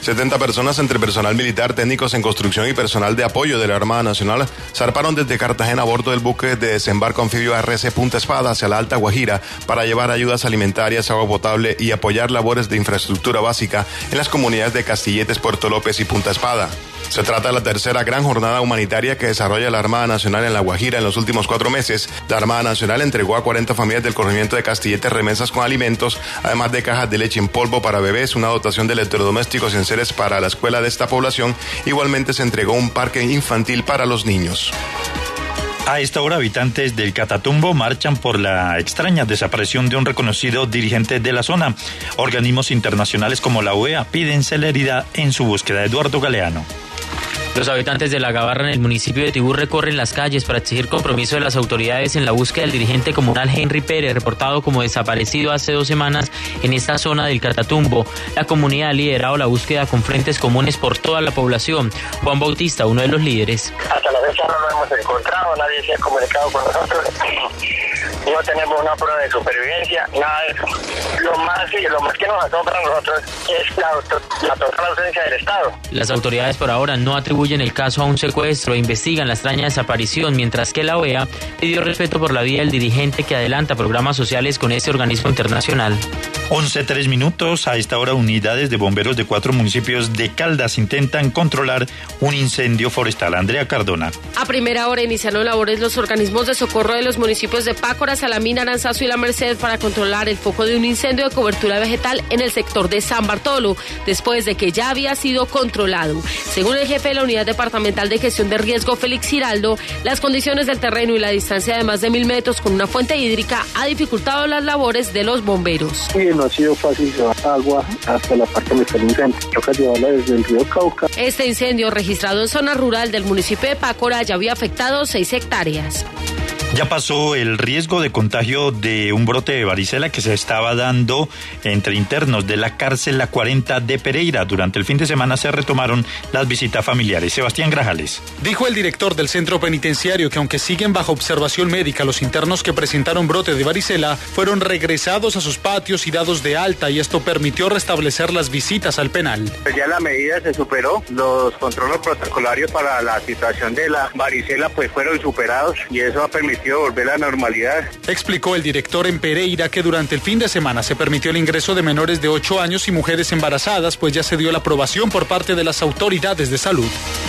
70 personas entre personal militar, técnicos en construcción y personal de apoyo de la Armada Nacional zarparon desde Cartagena a bordo del buque de desembarco anfibio RC Punta Espada hacia la Alta Guajira para llevar ayudas alimentarias, agua potable y apoyar labores de infraestructura básica en las comunidades de Castilletes, Puerto López y Punta Espada. Se trata de la tercera gran jornada humanitaria que desarrolla la Armada Nacional en La Guajira en los últimos 4 meses. La Armada Nacional entregó a 40 familias del corregimiento de Castilletes remesas con alimentos, además de cajas de leche en polvo para bebés, una dotación de electrodomésticos y enseres para la escuela de esta población. Igualmente se entregó un parque infantil para los niños. A esta hora, habitantes del Catatumbo marchan por la extraña desaparición de un reconocido dirigente de la zona. Organismos internacionales como la OEA piden celeridad en su búsqueda. Eduardo Galeano. Los habitantes de La Gabarra, en el municipio de Tibú, recorren las calles para exigir compromiso de las autoridades en la búsqueda del dirigente comunal Henry Pérez, reportado como desaparecido hace 2 semanas en esta zona del Catatumbo. La comunidad ha liderado la búsqueda con frentes comunes por toda la población. Juan Bautista, uno de los líderes. Hasta la fecha no lo hemos encontrado, nadie se ha comunicado con nosotros. No tenemos una prueba de supervivencia, nada de eso. Lo más que nos asombra a nosotros es la total ausencia del Estado. Las autoridades por ahora no atribuyen el caso a un secuestro e investigan la extraña desaparición, mientras que la OEA pidió respeto por la vida del dirigente que adelanta programas sociales con este organismo internacional. 11:03. A esta hora, unidades de bomberos de 4 municipios de Caldas intentan controlar un incendio forestal. Andrea Cardona. A primera hora iniciaron labores los organismos de socorro de los municipios de Pácora, Salamina, Aranzazu y La Merced para controlar el foco de un incendio de cobertura vegetal en el sector de San Bartolo, después de que ya había sido controlado. Según el jefe de la Unidad Departamental de Gestión de Riesgo, Félix Giraldo, las condiciones del terreno y la distancia de más de 1.000 metros con una fuente hídrica ha dificultado las labores de los bomberos. Sí, no ha sido fácil llevar agua hasta la parte donde está el incendio. Toca llevarla desde el río Cauca. Este incendio, registrado en zona rural del municipio de Pácora, ya había afectado 6 hectáreas. Ya pasó el riesgo de contagio de un brote de varicela que se estaba dando entre internos de la cárcel La 40 de Pereira. Durante el fin de semana se retomaron las visitas familiares. Sebastián Grajales. Dijo el director del centro penitenciario que aunque siguen bajo observación médica, los internos que presentaron brote de varicela fueron regresados a sus patios y dados de alta, y esto permitió restablecer las visitas al penal. Ya la medida se superó, los controles protocolarios para la situación de la varicela pues fueron superados y eso ha permitido volver a la normalidad. Explicó el director en Pereira que durante el fin de semana se permitió el ingreso de menores de 8 años y mujeres embarazadas, pues ya se dio la aprobación por parte de las autoridades de salud.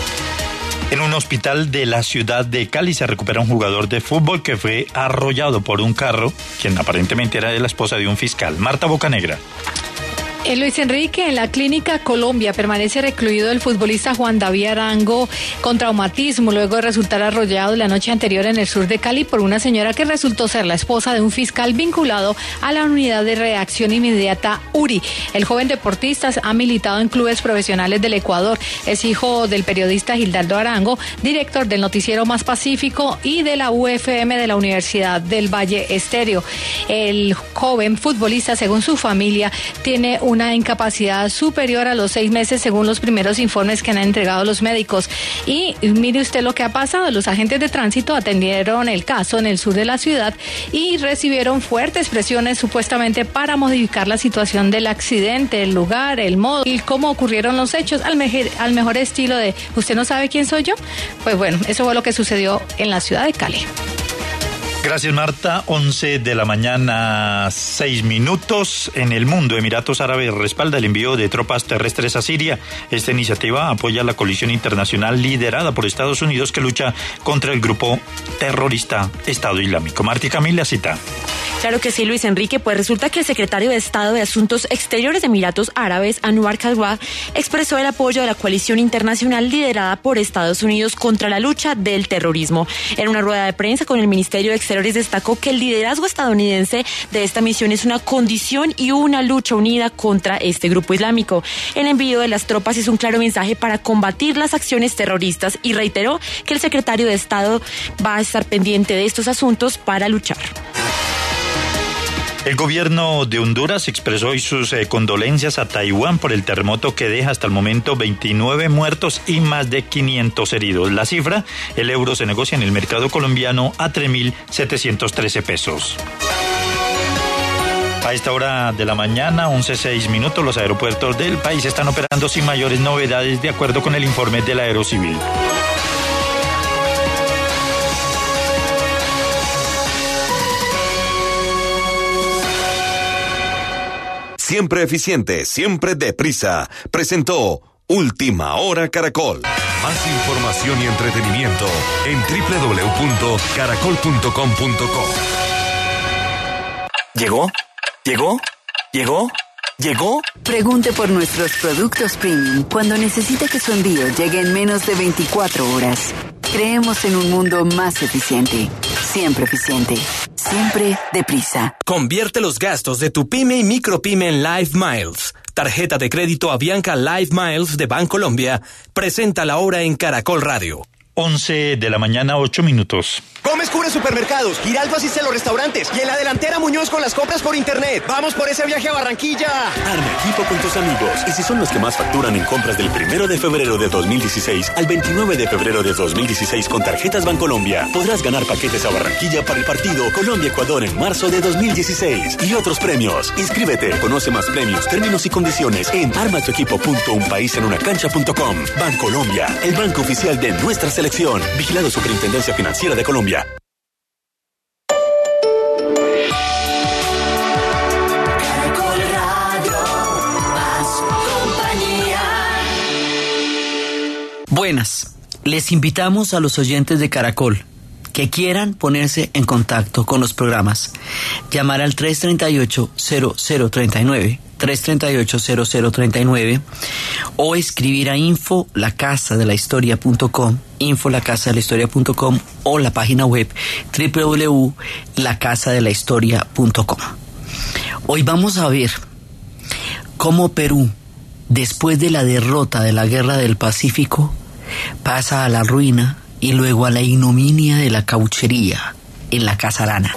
En un hospital de la ciudad de Cali se recupera un jugador de fútbol que fue arrollado por un carro, quien aparentemente era de la esposa de un fiscal. Marta Bocanegra. Luis Enrique, en la Clínica Colombia permanece recluido el futbolista Juan David Arango con traumatismo luego de resultar arrollado la noche anterior en el sur de Cali por una señora que resultó ser la esposa de un fiscal vinculado a la unidad de reacción inmediata URI. El joven deportista ha militado en clubes profesionales del Ecuador. Es hijo del periodista Gildardo Arango, director del noticiero Más Pacífico y de la UFM de la Universidad del Valle Estéreo. El joven futbolista, según su familia, tiene una incapacidad superior a los 6 meses según los primeros informes que han entregado los médicos. Y mire usted lo que ha pasado. Los agentes de tránsito atendieron el caso en el sur de la ciudad y recibieron fuertes presiones supuestamente para modificar la situación del accidente, el lugar, el modo y cómo ocurrieron los hechos al mejor estilo de ¿usted no sabe quién soy yo? Pues bueno, eso fue lo que sucedió en la ciudad de Cali. Gracias, Marta. 11 de la mañana, 6 minutos. En el mundo, Emiratos Árabes respalda el envío de tropas terrestres a Siria. Esta iniciativa apoya la coalición internacional liderada por Estados Unidos que lucha contra el grupo terrorista Estado Islámico. Martí Camila cita. Claro que sí, Luis Enrique, pues resulta que el secretario de Estado de Asuntos Exteriores de Emiratos Árabes, Anwar Kadwa, expresó el apoyo de la coalición internacional liderada por Estados Unidos contra la lucha del terrorismo. En una rueda de prensa con el Ministerio de Exteriores destacó que el liderazgo estadounidense de esta misión es una condición y una lucha unida contra este grupo islámico. El envío de las tropas es un claro mensaje para combatir las acciones terroristas y reiteró que el secretario de Estado va a estar pendiente de estos asuntos para luchar. El gobierno de Honduras expresó hoy sus condolencias a Taiwán por el terremoto que deja hasta el momento 29 muertos y más de 500 heridos. La cifra, el euro se negocia en el mercado colombiano a 3.713 pesos. A esta hora de la mañana, 11:06, los aeropuertos del país están operando sin mayores novedades de acuerdo con el informe de la Aerocivil. Siempre eficiente, siempre deprisa. Presentó Última Hora Caracol. Más información y entretenimiento en www.caracol.com.co. ¿Llegó? Pregunte por nuestros productos premium cuando necesite que su envío llegue en menos de 24 horas. Creemos en un mundo más eficiente. Siempre eficiente. Siempre deprisa. Convierte los gastos de tu pyme y micropyme en Live Miles. Tarjeta de crédito Avianca Live Miles de Bancolombia. Presenta la hora en Caracol Radio. 11:08. Gómez cubre supermercados, Giraldo asiste a los restaurantes y en la delantera Muñoz con las compras por internet. ¡Vamos por ese viaje a Barranquilla! Arma equipo con tus amigos y si son los que más facturan en compras del 1 de febrero de 2016 al 29 de febrero de 2016 con tarjetas Bancolombia, podrás ganar paquetes a Barranquilla para el partido Colombia-Ecuador en marzo de 2016 y otros premios. Inscríbete, conoce más premios, términos y condiciones en armatuequipo.unpaisenunacancha.com. Bancolombia, el banco oficial de nuestra selección. Vigilado Superintendencia Financiera de Colombia. Buenas, les invitamos a los oyentes de Caracol que quieran ponerse en contacto con los programas. Llamar al 338-0039, 338-0039 o escribir a info.lacasadelahistoria.com, info.lacasadelahistoria.com o la página web www.lacasadelahistoria.com. Hoy vamos a ver cómo Perú, después de la derrota de la Guerra del Pacífico, pasa a la ruina y luego a la ignominia de la cauchería en la Casa Arana.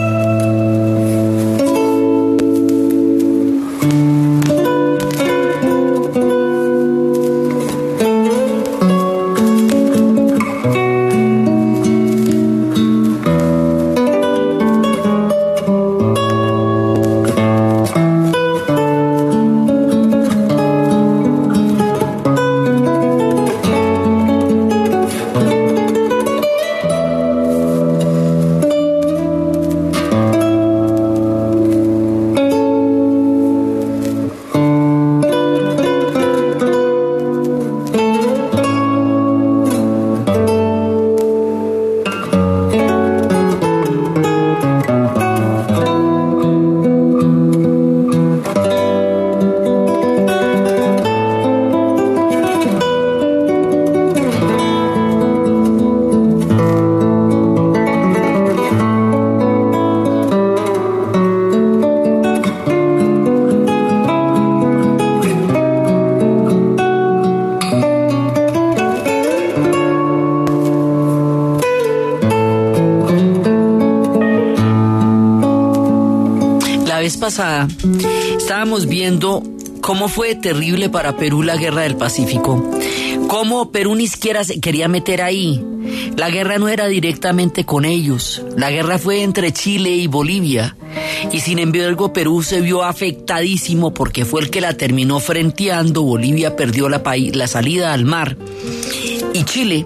Pasada estábamos viendo cómo fue terrible para Perú la Guerra del Pacífico, cómo Perú ni siquiera se quería meter ahí. La guerra no era directamente con ellos, la guerra fue entre Chile y Bolivia y sin embargo Perú se vio afectadísimo porque fue el que la terminó frenteando. Bolivia perdió la salida al mar y Chile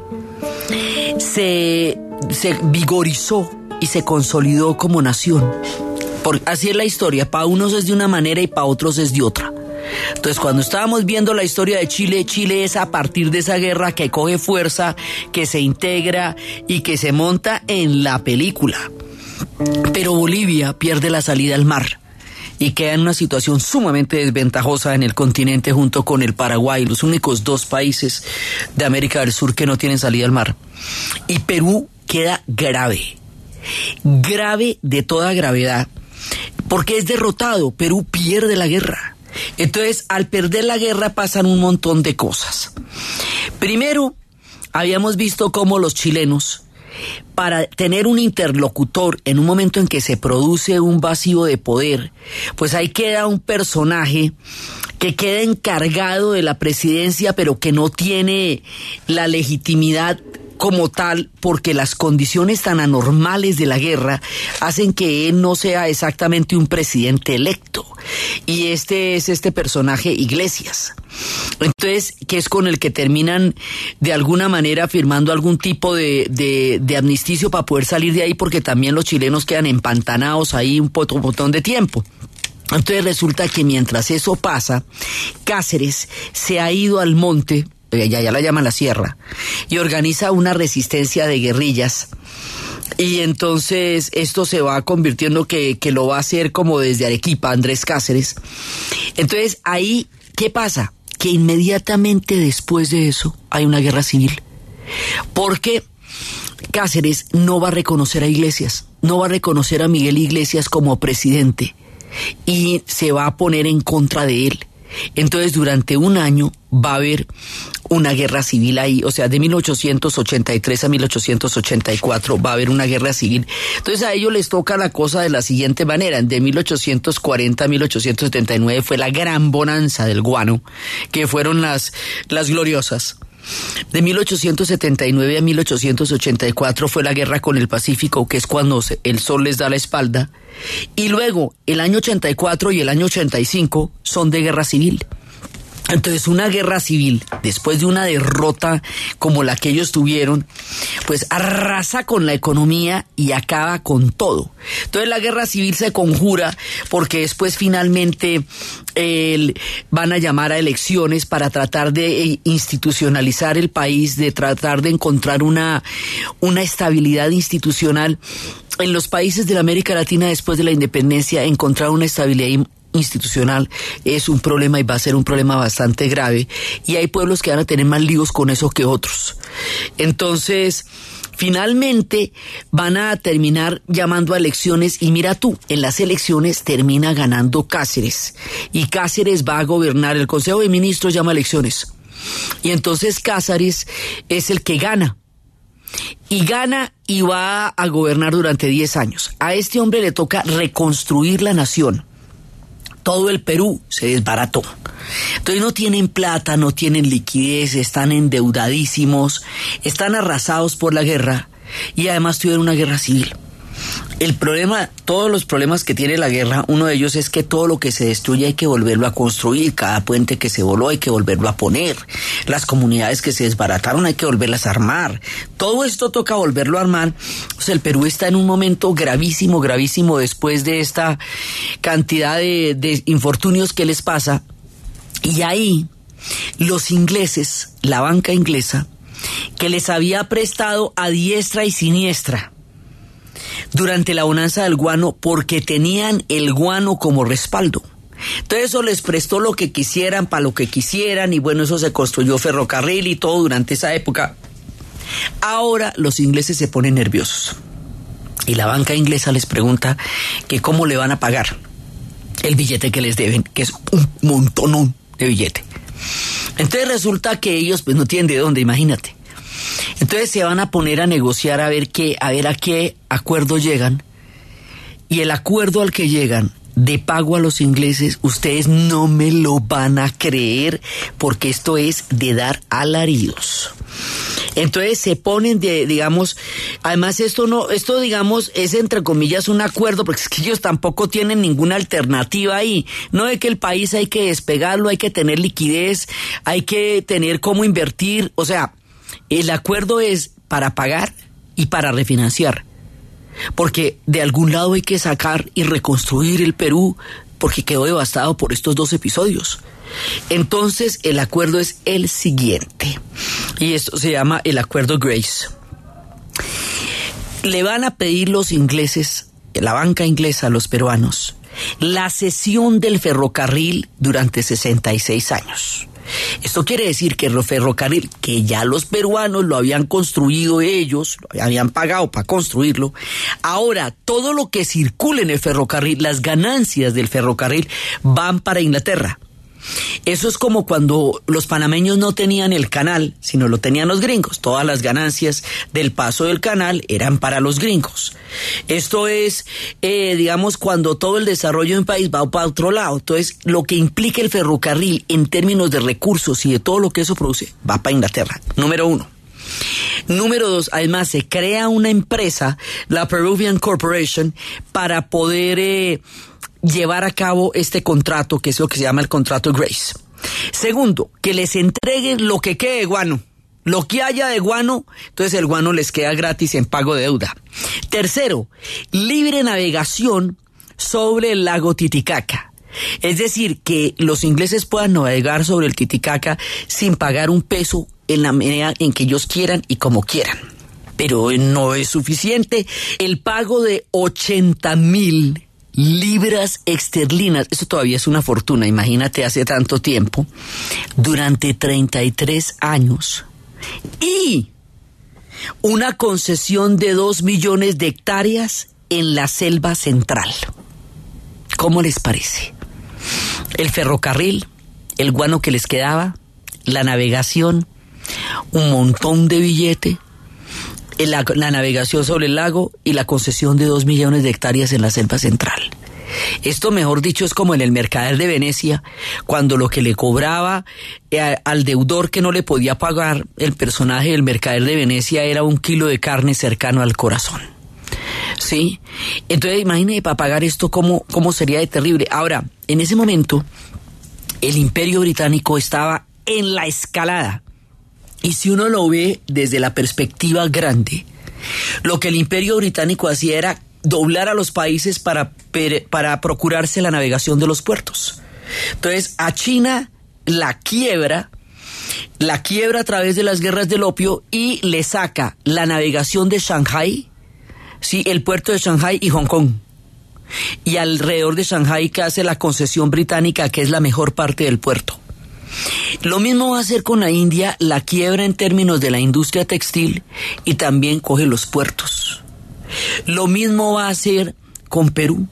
se vigorizó y se consolidó como nación. Así es la historia, para unos es de una manera y para otros es de otra. Entonces, cuando estábamos viendo la historia de Chile, Chile es a partir de esa guerra que coge fuerza, que se integra y que se monta en la película. Pero Bolivia pierde la salida al mar y queda en una situación sumamente desventajosa en el continente junto con el Paraguay, los únicos dos países de América del Sur que no tienen salida al mar. Y Perú queda grave de toda gravedad. Porque es derrotado, Perú pierde la guerra. Entonces, al perder la guerra pasan un montón de cosas. Primero, habíamos visto cómo los chilenos, para tener un interlocutor en un momento en que se produce un vacío de poder, pues ahí queda un personaje que queda encargado de la presidencia, pero que no tiene la legitimidad como tal porque las condiciones tan anormales de la guerra hacen que él no sea exactamente un presidente electo. Y este es este personaje Iglesias. Entonces, que es con el que terminan de alguna manera firmando algún tipo de amnisticio para poder salir de ahí, porque también los chilenos quedan empantanados ahí un montón de tiempo. Entonces resulta que mientras eso pasa, Cáceres se ha ido al monte, ya la llaman la sierra, y organiza una resistencia de guerrillas. Y entonces esto se va convirtiendo que lo va a hacer como desde Arequipa, Andrés Cáceres. Entonces ahí, ¿qué pasa? Que inmediatamente después de eso hay una guerra civil. Porque Cáceres no va a reconocer a Iglesias, no va a reconocer a Miguel Iglesias como presidente y se va a poner en contra de él. Entonces durante un año va a haber una guerra civil ahí, o sea, de 1883 a 1884 va a haber una guerra civil. Entonces a ellos les toca la cosa de la siguiente manera: de 1840 a 1879 fue la gran bonanza del guano, que fueron las gloriosas. De 1879 a 1884 fue la guerra con el Pacífico, que es cuando el sol les da la espalda. Y luego, el año 84 y el año 85 son de guerra civil. Entonces, una guerra civil, después de una derrota como la que ellos tuvieron, pues arrasa con la economía y acaba con todo. Entonces, la guerra civil se conjura porque después finalmente van a llamar a elecciones para tratar de institucionalizar el país, de tratar de encontrar una estabilidad institucional. En los países de la América Latina, después de la independencia, encontrar una estabilidad institucional es un problema y va a ser un problema bastante grave, y hay pueblos que van a tener más líos con eso que otros. Entonces, finalmente van a terminar llamando a elecciones, y mira tú, en las elecciones termina ganando Cáceres, y Cáceres va a gobernar. El Consejo de Ministros llama a elecciones, y entonces Cáceres es el que gana. Y gana y va a gobernar durante 10 años. A este hombre le toca reconstruir la nación. Todo el Perú se desbarató. Entonces no tienen plata, no tienen liquidez, están endeudadísimos, están arrasados por la guerra y además tuvieron una guerra civil. El problema, todos los problemas que tiene la guerra, uno de ellos es que todo lo que se destruye hay que volverlo a construir. Cada puente que se voló hay que volverlo a poner. Las comunidades que se desbarataron hay que volverlas a armar. Todo esto toca volverlo a armar. O sea, el Perú está en un momento gravísimo, gravísimo después de esta cantidad de infortunios que les pasa. Y ahí los ingleses, la banca inglesa, que les había prestado a diestra y siniestra durante la bonanza del guano, porque tenían el guano como respaldo. Entonces eso les prestó lo que quisieran, para lo que quisieran, y bueno, eso se construyó ferrocarril y todo durante esa época. Ahora los ingleses se ponen nerviosos y la banca inglesa les pregunta que cómo le van a pagar el billete que les deben, que es un montón de billete. Entonces resulta que ellos pues no tienen de dónde, imagínate. Entonces se van a poner a negociar a ver a qué acuerdo llegan, y el acuerdo al que llegan de pago a los ingleses, ustedes no me lo van a creer, porque esto es de dar alaridos. Entonces se ponen digamos, además esto digamos es entre comillas un acuerdo, porque es que ellos tampoco tienen ninguna alternativa ahí. No es que el país hay que despegarlo, hay que tener liquidez, hay que tener cómo invertir, o sea, el acuerdo es para pagar y para refinanciar, porque de algún lado hay que sacar y reconstruir el Perú, porque quedó devastado por estos 2 episodios. Entonces el acuerdo es el siguiente, y esto se llama el Acuerdo Grace. Le van a pedir los ingleses, la banca inglesa, a los peruanos, la cesión del ferrocarril durante 66 años. Esto quiere decir que el ferrocarril, que ya los peruanos lo habían construido ellos, lo habían pagado para construirlo, ahora todo lo que circula en el ferrocarril, las ganancias del ferrocarril van para Inglaterra. Eso es como cuando los panameños no tenían el canal, sino lo tenían los gringos. Todas las ganancias del paso del canal eran para los gringos. Esto es, digamos, cuando todo el desarrollo de un país va para otro lado. Entonces, lo que implica el ferrocarril en términos de recursos y de todo lo que eso produce, va para Inglaterra. Número 1. Número 2, además se crea una empresa, la Peruvian Corporation, para poder llevar a cabo este contrato, que es lo que se llama el contrato Grace. Segundo, que les entreguen lo que quede de guano. Lo que haya de guano, entonces el guano les queda gratis en pago de deuda. Tercero, libre navegación sobre el lago Titicaca. Es decir, que los ingleses puedan navegar sobre el Titicaca sin pagar un peso en la medida en que ellos quieran y como quieran. Pero no es suficiente. El pago de 80,000 libras esterlinas, eso todavía es una fortuna, imagínate, hace tanto tiempo, durante 33 años. Y una concesión de 2 millones de hectáreas en la selva central. ¿Cómo les parece? El ferrocarril, el guano que les quedaba, la navegación, un montón de billete, la navegación sobre el lago y la concesión de 2 millones de hectáreas en la selva central. Esto, mejor dicho, es como en el Mercader de Venecia, cuando lo que le cobraba al deudor que no le podía pagar el personaje del Mercader de Venecia era 1 kilo de carne cercano al corazón. ¿Sí? Entonces, imagínate, para pagar esto, ¿cómo sería de terrible? Ahora, en ese momento, el Imperio Británico estaba en la escalada. Y si uno lo ve desde la perspectiva grande, lo que el Imperio Británico hacía era doblar a los países para procurarse la navegación de los puertos. Entonces, a China la quiebra a través de las guerras del opio y le saca la navegación de Shanghái, sí, el puerto de Shanghái y Hong Kong. Y alrededor de Shanghái que hace la concesión británica, que es la mejor parte del puerto. Lo mismo va a hacer con la India, la quiebra en términos de la industria textil y también coge los puertos. Lo mismo va a hacer con Perú.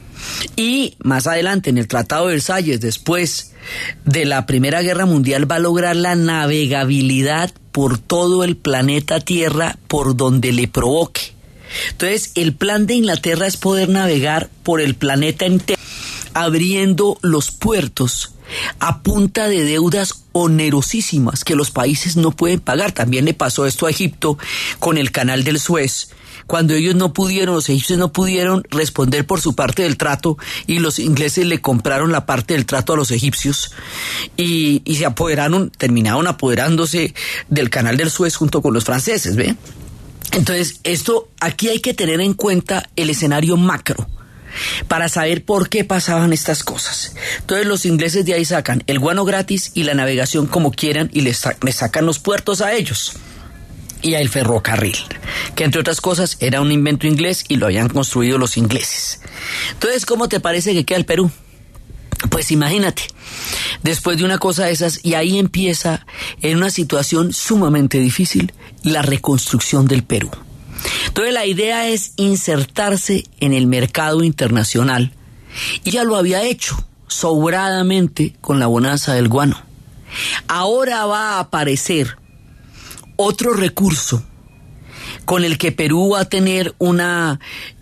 Y más adelante, en el Tratado de Versalles, después de la Primera Guerra Mundial, va a lograr la navegabilidad por todo el planeta Tierra por donde le provoque. Entonces, el plan de Inglaterra es poder navegar por el planeta entero, abriendo los puertos a punta de deudas onerosísimas que los países no pueden pagar. También le pasó esto a Egipto con el Canal del Suez, cuando los egipcios no pudieron responder por su parte del trato y los ingleses le compraron la parte del trato a los egipcios y terminaron apoderándose del Canal del Suez junto con los franceses, ¿ve? Entonces, aquí hay que tener en cuenta el escenario macro para saber por qué pasaban estas cosas. Entonces los ingleses de ahí sacan el guano gratis y la navegación como quieran y les sacan los puertos a ellos. Y el ferrocarril, que entre otras cosas era un invento inglés y lo habían construido los ingleses. Entonces, ¿cómo te parece que queda el Perú? Pues imagínate, después de una cosa de esas, y ahí empieza, en una situación sumamente difícil, la reconstrucción del Perú. Entonces la idea es insertarse en el mercado internacional, y ya lo había hecho sobradamente con la bonanza del guano. Ahora va a aparecer otro recurso con el que Perú va a tener una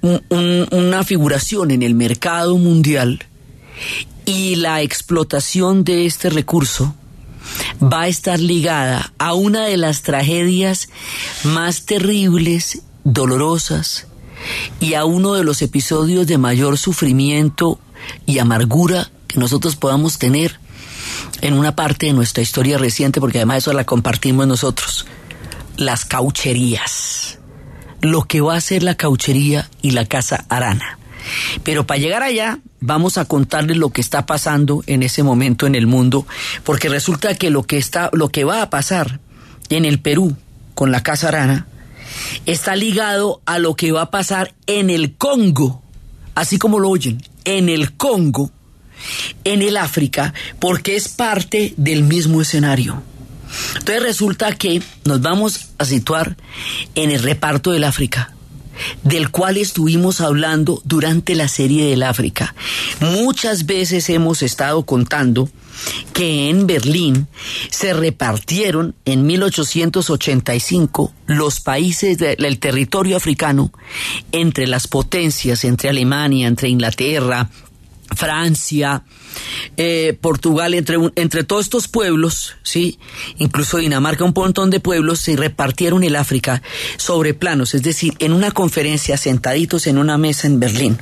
figuración en el mercado mundial, y la explotación de este recurso va a estar ligada a una de las tragedias más terribles, dolorosas, y a uno de los episodios de mayor sufrimiento y amargura que nosotros podamos tener en una parte de nuestra historia reciente, porque además eso la compartimos nosotros: las caucherías, lo que va a ser la cauchería y la Casa Arana. Pero para llegar allá vamos a contarles lo que está pasando en ese momento en el mundo, porque resulta que lo que va a pasar en el Perú con la Casa Arana está ligado a lo que va a pasar en el Congo, así como lo oyen, en el Congo, en el África, porque es parte del mismo escenario. Entonces resulta que nos vamos a situar en el reparto del África, del cual estuvimos hablando durante la serie del África. Muchas veces hemos estado contando que en Berlín se repartieron en 1885 los países del territorio africano entre las potencias, entre Alemania, entre Inglaterra, Francia, Portugal, entre todos estos pueblos, ¿sí? Incluso Dinamarca, un montón de pueblos se repartieron el África sobre planos, es decir, en una conferencia, sentaditos en una mesa en Berlín,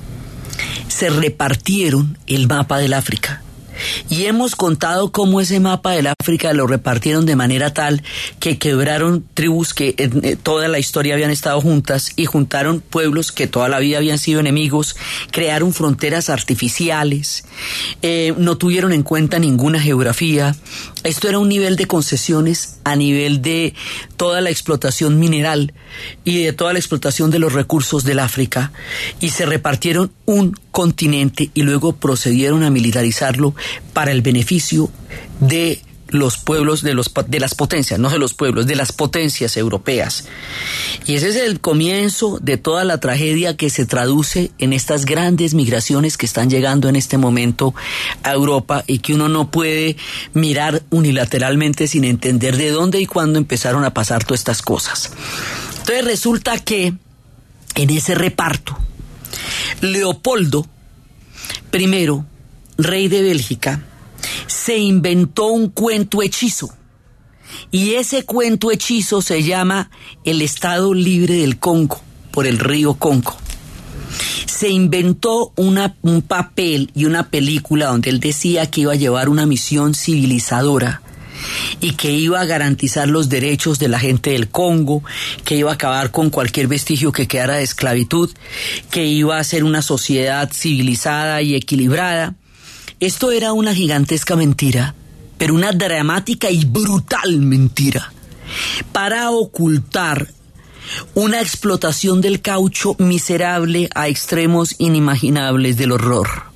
se repartieron el mapa del África. Y hemos contado cómo ese mapa del África lo repartieron de manera tal que quebraron tribus que en toda la historia habían estado juntas y juntaron pueblos que toda la vida habían sido enemigos, crearon fronteras artificiales, no tuvieron en cuenta ninguna geografía. Esto era un nivel de concesiones a nivel de toda la explotación mineral y de toda la explotación de los recursos del África, y se repartieron un continente y luego procedieron a militarizarlo para el beneficio de los pueblos, de las potencias, no de los pueblos, de las potencias europeas. Y ese es el comienzo de toda la tragedia que se traduce en estas grandes migraciones que están llegando en este momento a Europa y que uno no puede mirar unilateralmente sin entender de dónde y cuándo empezaron a pasar todas estas cosas. Entonces resulta que en ese reparto, Leopoldo I, rey de Bélgica, se inventó un cuento hechizo, y ese cuento hechizo se llama el Estado Libre del Congo, por el río Congo. Se inventó un papel y una película donde él decía que iba a llevar una misión civilizadora y que iba a garantizar los derechos de la gente del Congo, que iba a acabar con cualquier vestigio que quedara de esclavitud, que iba a hacer una sociedad civilizada y equilibrada. Esto era una gigantesca mentira, pero una dramática y brutal mentira, para ocultar una explotación del caucho miserable a extremos inimaginables del horror.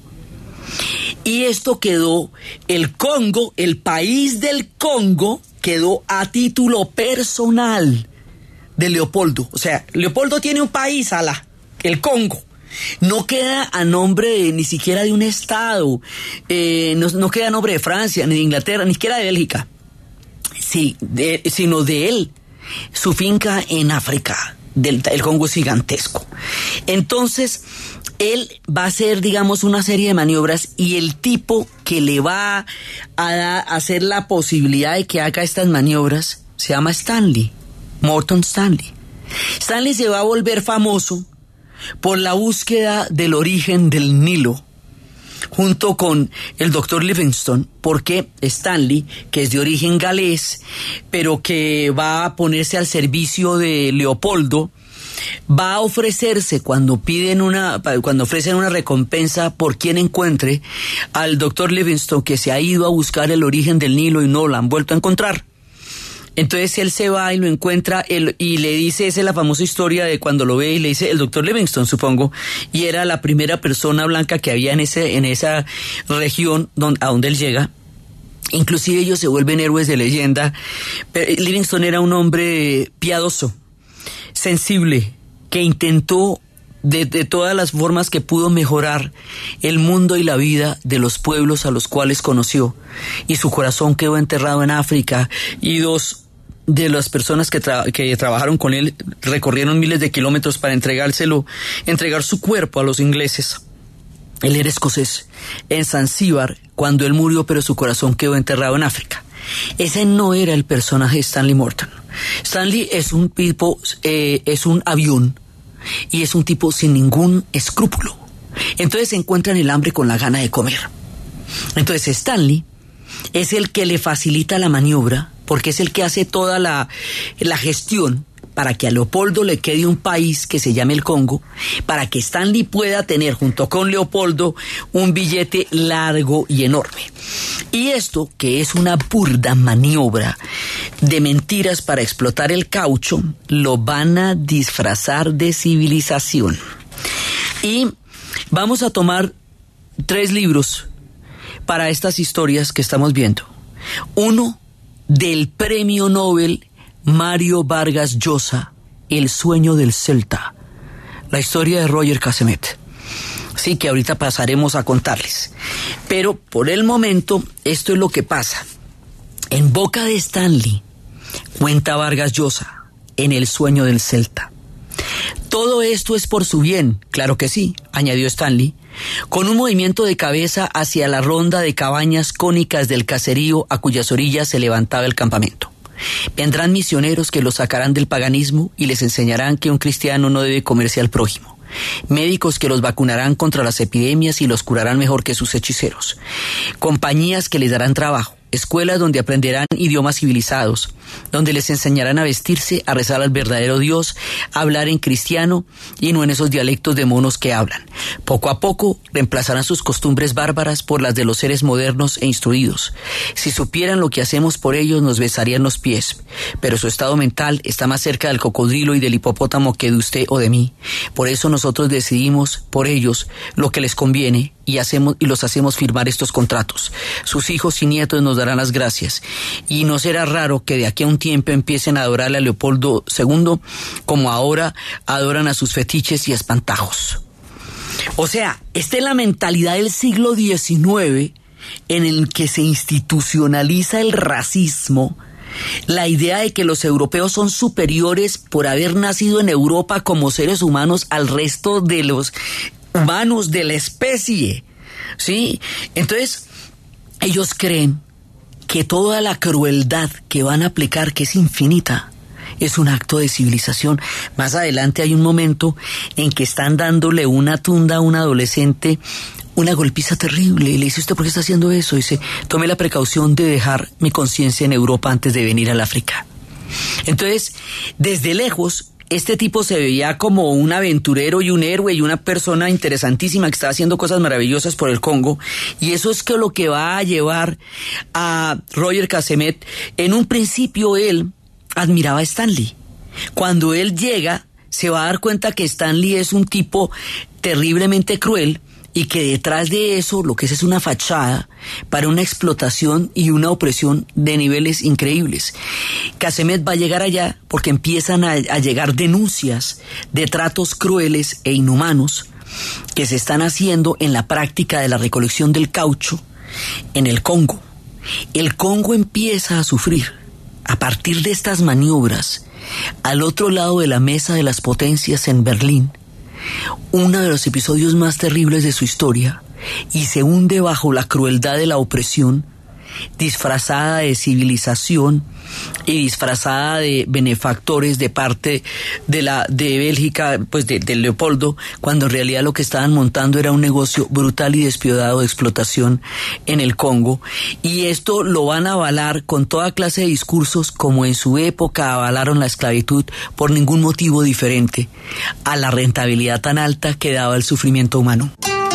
Y esto quedó, el Congo, el país del Congo, quedó a título personal de Leopoldo. O sea, Leopoldo tiene un país, el Congo. No queda a nombre ni siquiera de un estado, no queda a nombre de Francia, ni de Inglaterra, ni siquiera de Bélgica, sino de él, su finca en África, el Congo es gigantesco. Entonces, él va a hacer, digamos, una serie de maniobras, y el tipo que le va a hacer la posibilidad de que haga estas maniobras se llama Stanley, Morton Stanley. Stanley se va a volver famoso por la búsqueda del origen del Nilo, junto con el doctor Livingstone, porque Stanley, que es de origen galés, pero que va a ponerse al servicio de Leopoldo, va a ofrecerse cuando ofrecen una recompensa por quien encuentre al doctor Livingstone, que se ha ido a buscar el origen del Nilo y no lo han vuelto a encontrar. Entonces él se va y lo encuentra y le dice, esa es la famosa historia de cuando lo ve y le dice el doctor Livingstone, supongo, y era la primera persona blanca que había en esa región a donde él llega. Inclusive ellos se vuelven héroes de leyenda. Pero Livingstone era un hombre piadoso, sensible, que intentó de todas las formas que pudo mejorar el mundo y la vida de los pueblos a los cuales conoció, y su corazón quedó enterrado en África, y dos de las personas que trabajaron con él recorrieron miles de kilómetros para entregar su cuerpo a los ingleses. Él era escocés, en Zanzíbar, cuando él murió, pero su corazón quedó enterrado en África. Ese no era el personaje de Stanley Morton. Stanley es un tipo, es un avión, y es un tipo sin ningún escrúpulo. Entonces se encuentran el hambre con la gana de comer. Entonces Stanley es el que le facilita la maniobra, porque es el que hace toda la gestión para que a Leopoldo le quede un país que se llame el Congo, para que Stanley pueda tener junto con Leopoldo un billete largo y enorme. Y esto, que es una burda maniobra de mentiras para explotar el caucho, lo van a disfrazar de civilización. Y vamos a tomar 3 libros para estas historias que estamos viendo. Uno del premio Nobel Mario Vargas Llosa, El sueño del Celta, la historia de Roger Casemet. Sí, que ahorita pasaremos a contarles. Pero por el momento, esto es lo que pasa. En boca de Stanley, cuenta Vargas Llosa, en El sueño del Celta. Todo esto es por su bien, claro que sí, añadió Stanley, con un movimiento de cabeza hacia la ronda de cabañas cónicas del caserío a cuyas orillas se levantaba el campamento. Vendrán misioneros que los sacarán del paganismo y les enseñarán que un cristiano no debe comerse al prójimo. Médicos que los vacunarán contra las epidemias y los curarán mejor que sus hechiceros. Compañías que les darán trabajo. Escuelas donde aprenderán idiomas civilizados, donde les enseñarán a vestirse, a rezar al verdadero Dios, a hablar en cristiano y no en esos dialectos de monos que hablan. Poco a poco reemplazarán sus costumbres bárbaras por las de los seres modernos e instruidos. Si supieran lo que hacemos por ellos, nos besarían los pies, pero su estado mental está más cerca del cocodrilo y del hipopótamo que de usted o de mí. Por eso nosotros decidimos por ellos lo que les conviene y los hacemos firmar estos contratos. Sus hijos y nietos nos darán las gracias, y no será raro que de aquí a un tiempo empiecen a adorar a Leopoldo II como ahora adoran a sus fetiches y espantajos. O sea, esta es la mentalidad del siglo XIX en el que se institucionaliza el racismo, la idea de que los europeos son superiores por haber nacido en Europa como seres humanos al resto de los humanos de la especie, ¿sí? Entonces, ellos creen que toda la crueldad que van a aplicar, que es infinita, es un acto de civilización. Más adelante hay un momento en que están dándole una tunda a un adolescente, una golpiza terrible, y le dice: ¿usted por qué está haciendo eso? Y dice: tomé la precaución de dejar mi conciencia en Europa antes de venir al África. Entonces, desde lejos, este tipo se veía como un aventurero y un héroe y una persona interesantísima que estaba haciendo cosas maravillosas por el Congo, y eso es que lo que va a llevar a Roger Casemet. En un principio él admiraba a Stanley. Cuando él llega, se va a dar cuenta que Stanley es un tipo terriblemente cruel y que detrás de eso lo que es una fachada para una explotación y una opresión de niveles increíbles. Casemet va a llegar allá porque empiezan a llegar denuncias de tratos crueles e inhumanos que se están haciendo en la práctica de la recolección del caucho en el Congo. El Congo empieza a sufrir a partir de estas maniobras al otro lado de la mesa de las potencias en Berlín, uno de los episodios más terribles de su historia, y se hunde bajo la crueldad de la opresión, disfrazada de civilización y disfrazada de benefactores de parte de Bélgica, pues de Leopoldo, cuando en realidad lo que estaban montando era un negocio brutal y despiadado de explotación en el Congo. Y esto lo van a avalar con toda clase de discursos, como en su época avalaron la esclavitud, por ningún motivo diferente a la rentabilidad tan alta que daba el sufrimiento humano.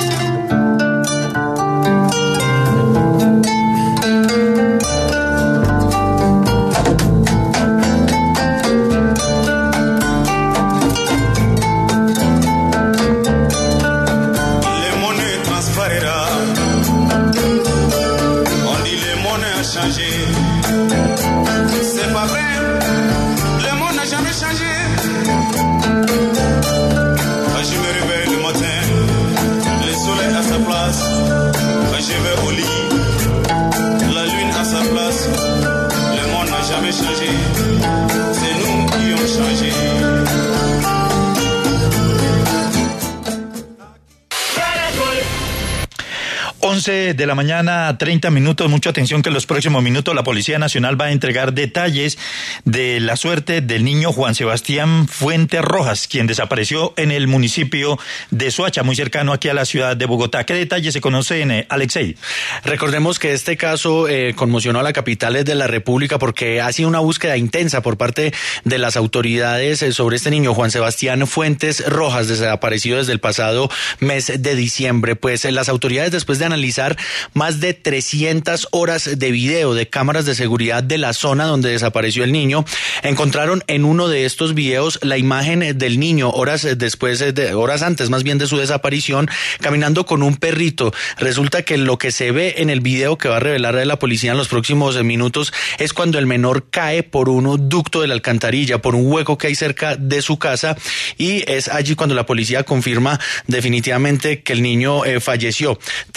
De la mañana, 30 minutos. Mucha atención que en los próximos minutos la Policía Nacional va a entregar detalles de la suerte del niño Juan Sebastián Fuentes Rojas, quien desapareció en el municipio de Soacha, muy cercano aquí a la ciudad de Bogotá. ¿Qué detalles se conocen, Alexei? Recordemos que este caso conmocionó a la capital de la República porque ha sido una búsqueda intensa por parte de las autoridades sobre este niño Juan Sebastián Fuentes Rojas, desaparecido desde el pasado mes de diciembre. Pues las autoridades, después de analizar más de 300 horas de video de cámaras de seguridad de la zona donde desapareció el niño, encontraron en uno de estos videos la imagen del niño horas antes más bien de su desaparición, caminando con un perrito. Resulta que lo que se ve en el video que va a revelar la policía en los próximos minutos es cuando el menor cae por un ducto de la alcantarilla, por un hueco que hay cerca de su casa, y es allí cuando la policía confirma definitivamente que el niño falleció. Tras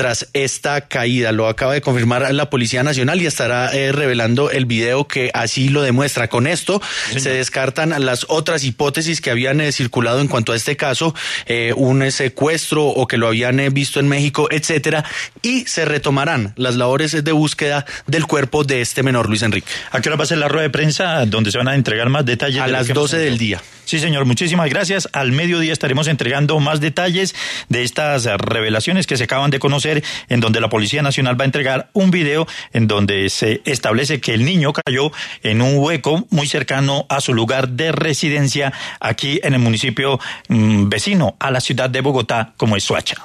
esta caída. Lo acaba de confirmar la Policía Nacional y estará revelando el video que así lo demuestra. Con esto se descartan las otras hipótesis que habían circulado en cuanto a este caso, un secuestro o que lo habían visto en México, etcétera, y se retomarán las labores de búsqueda del cuerpo de este menor, Luis Enrique. ¿A qué hora va a ser la rueda de prensa donde se van a entregar más detalles? A las 12 del día. Sí, señor, muchísimas gracias. Al mediodía estaremos entregando más detalles de estas revelaciones que se acaban de conocer, en donde la Policía Nacional va a entregar un video en donde se establece que el niño cayó en un hueco muy cercano a su lugar de residencia aquí en el municipio vecino a la ciudad de Bogotá, como es Soacha.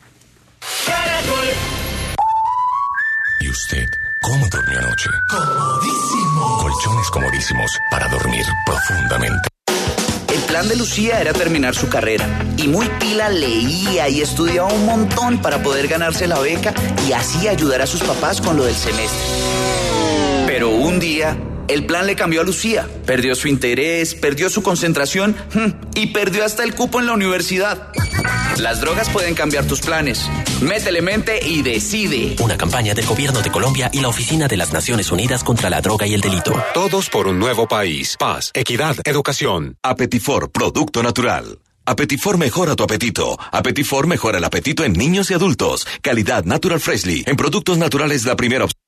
¿Y usted cómo durmió anoche? Comodísimo. Colchones comodísimos para dormir profundamente. El plan de Lucía era terminar su carrera y muy pila leía y estudiaba un montón para poder ganarse la beca y así ayudar a sus papás con lo del semestre. Pero un día el plan le cambió a Lucía, perdió su interés, perdió su concentración y perdió hasta el cupo en la universidad. Las drogas pueden cambiar tus planes. Métele mente y decide. Una campaña del Gobierno de Colombia y la Oficina de las Naciones Unidas contra la Droga y el Delito. Todos por un nuevo país. Paz, equidad, educación. Apetifor, producto natural. Apetifor mejora tu apetito. Apetifor mejora el apetito en niños y adultos. Calidad Natural Freshly. En productos naturales la primera opción.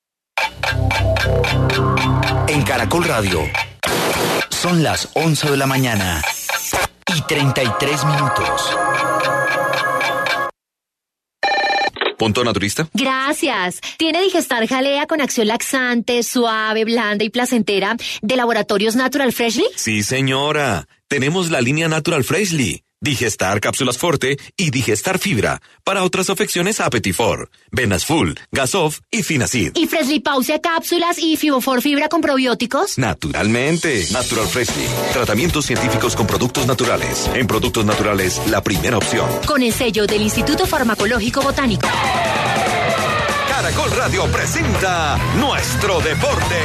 En Caracol Radio. Son las 11 de la mañana y 33 minutos. ¿Punto naturista? Gracias. ¿Tiene Digestar Jalea con acción laxante, suave, blanda y placentera de Laboratorios Natural Freshly? Sí, señora. Tenemos la línea Natural Freshly. Digestar Cápsulas Forte y Digestar Fibra. Para otras afecciones, Apetifor, Venas Full, Gasof y Finacid. ¿Y Freshly Pause Cápsulas y Fibofor Fibra con probióticos? Naturalmente. Natural Freshly. Tratamientos científicos con productos naturales. En productos naturales, la primera opción. Con el sello del Instituto Farmacológico Botánico. Caracol Radio presenta Nuestro Deporte.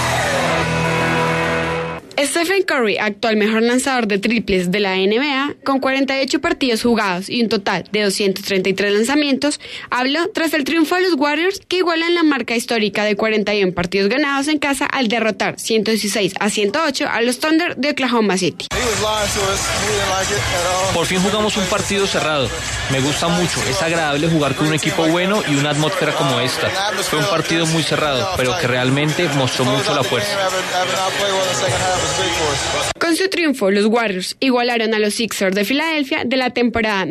Stephen Curry, actual mejor lanzador de triples de la NBA, con 48 partidos jugados y un total de 233 lanzamientos, habló tras el triunfo de los Warriors, que igualan la marca histórica de 41 partidos ganados en casa al derrotar 116-108 a los Thunder de Oklahoma City. Por fin jugamos un partido cerrado. Me gusta mucho, es agradable jugar con un equipo bueno y una atmósfera como esta. Fue un partido muy cerrado, pero que realmente mostró mucho la fuerza. Con su triunfo, los Warriors igualaron a los Sixers de Filadelfia de la temporada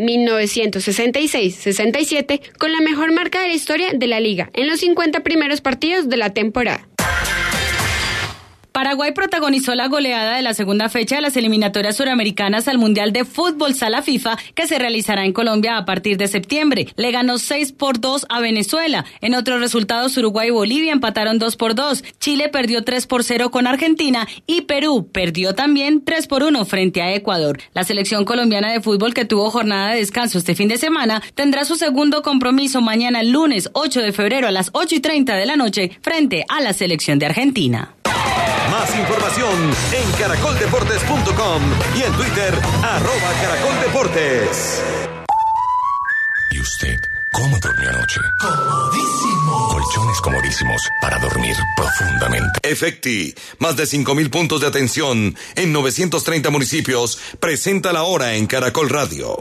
1966-67 con la mejor marca de la historia de la liga en los 50 primeros partidos de la temporada. Paraguay protagonizó la goleada de la segunda fecha de las eliminatorias suramericanas al Mundial de Fútbol Sala FIFA, que se realizará en Colombia a partir de septiembre. Le ganó 6-2 a Venezuela. En otros resultados, Uruguay y Bolivia empataron 2-2. Chile perdió 3-0 con Argentina y Perú perdió también 3-1 frente a Ecuador. La selección colombiana de fútbol, que tuvo jornada de descanso este fin de semana, tendrá su segundo compromiso mañana lunes 8 de febrero a las 8:30 de la noche frente a la selección de Argentina. Más información en caracoldeportes.com y en Twitter, @caracoldeportes. ¿Y usted cómo durmió anoche? Comodísimo. Colchones comodísimos para dormir profundamente. Efecti, más de 5,000 puntos de atención en 930 municipios, presenta la hora en Caracol Radio.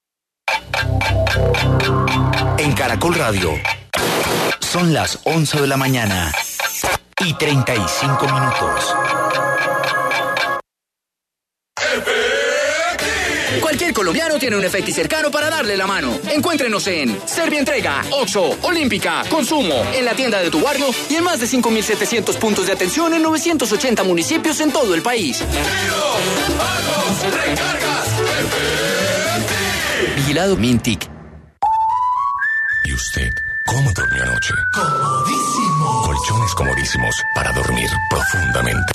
En Caracol Radio. Son las 11 de la mañana y 35 minutos. Cualquier colombiano tiene un Efecti cercano para darle la mano. Encuéntrenos en Servientrega, Oxxo, Olímpica, Consumo, en la tienda de tu barrio y en más de 5,700 puntos de atención en 980 municipios en todo el país. Vigilado Mintic. ¿Y usted cómo durmió anoche? Comodísimo. Colchones comodísimos para dormir profundamente.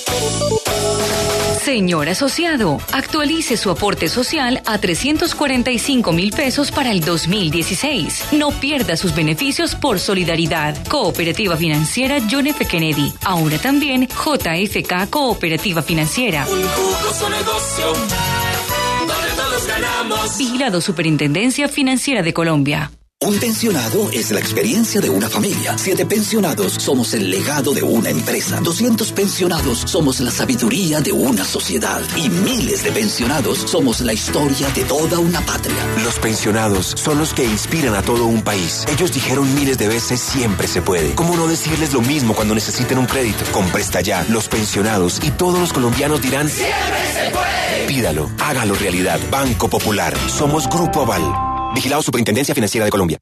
Señor asociado, actualice su aporte social a 345,000 pesos para el 2016. No pierda sus beneficios por solidaridad. Cooperativa Financiera John F. Kennedy. Ahora también JFK Cooperativa Financiera. Un jugoso negocio donde todos ganamos. Vigilado Superintendencia Financiera de Colombia. Un pensionado es la experiencia de una familia. 7 pensionados somos el legado de una empresa. 200 pensionados somos la sabiduría de una sociedad. Y miles de pensionados somos la historia de toda una patria. Los pensionados son los que inspiran a todo un país. Ellos dijeron miles de veces siempre se puede. ¿Cómo no decirles lo mismo cuando necesiten un crédito? Con Presta Ya, los pensionados y todos los colombianos dirán ¡siempre se puede! Pídalo, hágalo realidad. Banco Popular. Somos Grupo Aval. Vigilado Superintendencia Financiera de Colombia.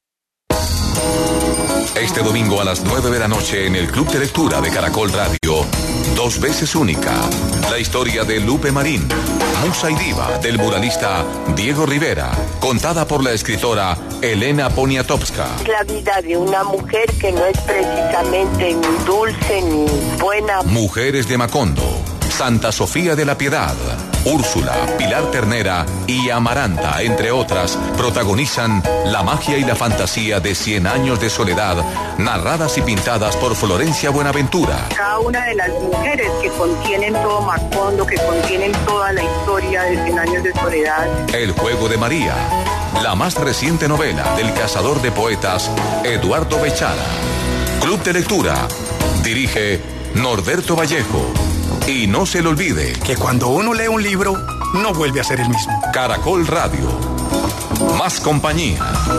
Este domingo a las 9 de la noche en el Club de Lectura de Caracol Radio, 2 veces única, la historia de Lupe Marín, musa y diva del muralista Diego Rivera, contada por la escritora Elena Poniatowska. La vida de una mujer que no es precisamente ni dulce ni buena. Mujeres de Macondo, Santa Sofía de la Piedad, Úrsula, Pilar Ternera y Amaranta, entre otras, protagonizan la magia y la fantasía de 100 años de soledad, narradas y pintadas por Florencia Buenaventura. Cada una de las mujeres que contienen todo Macondo, que contienen toda la historia de 100 años de soledad. El juego de María, la más reciente novela del cazador de poetas Eduardo Bechara. Club de Lectura, dirige Norberto Vallejo. Y no se le olvide que cuando uno lee un libro, no vuelve a ser el mismo. Caracol Radio. Más compañía.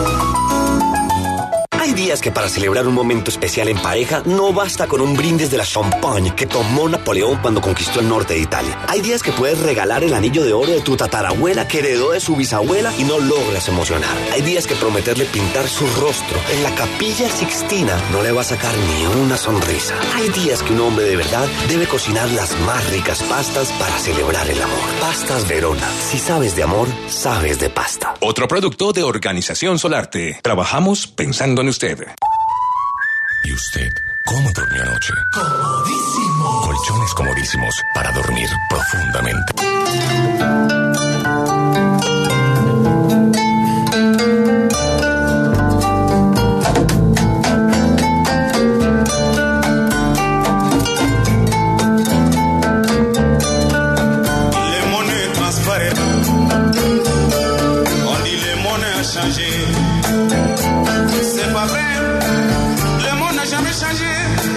Hay días que para celebrar un momento especial en pareja no basta con un brindis de la champagne que tomó Napoleón cuando conquistó el norte de Italia. Hay días que puedes regalar el anillo de oro de tu tatarabuela que heredó de su bisabuela y no logras emocionar. Hay días que prometerle pintar su rostro en la Capilla Sixtina no le va a sacar ni una sonrisa. Hay días que un hombre de verdad debe cocinar las más ricas pastas para celebrar el amor. Pastas Verona. Si sabes de amor, sabes de pasta. Otro producto de Organización Solarte. Trabajamos pensando en usted. ¿Y usted cómo durmió anoche? Comodísimo. Colchones comodísimos para dormir profundamente. Les monnaies transparent. On dit les monnaies ont changé. C'est pas vrai. Le monde n'a jamais changé.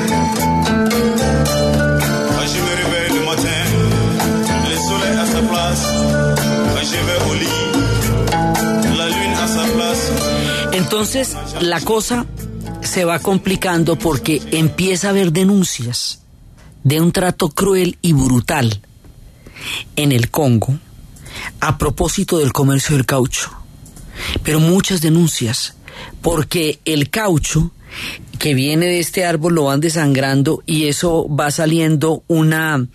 Quand je me réveille le matin, le soleil à sa place. Quand je vais au lit, la lune à sa place. Entonces, la cosa se va complicando porque empieza a haber denuncias de un trato cruel y brutal en el Congo a propósito del comercio del caucho. Pero muchas denuncias, porque el caucho que viene de este árbol lo van desangrando y eso va saliendo un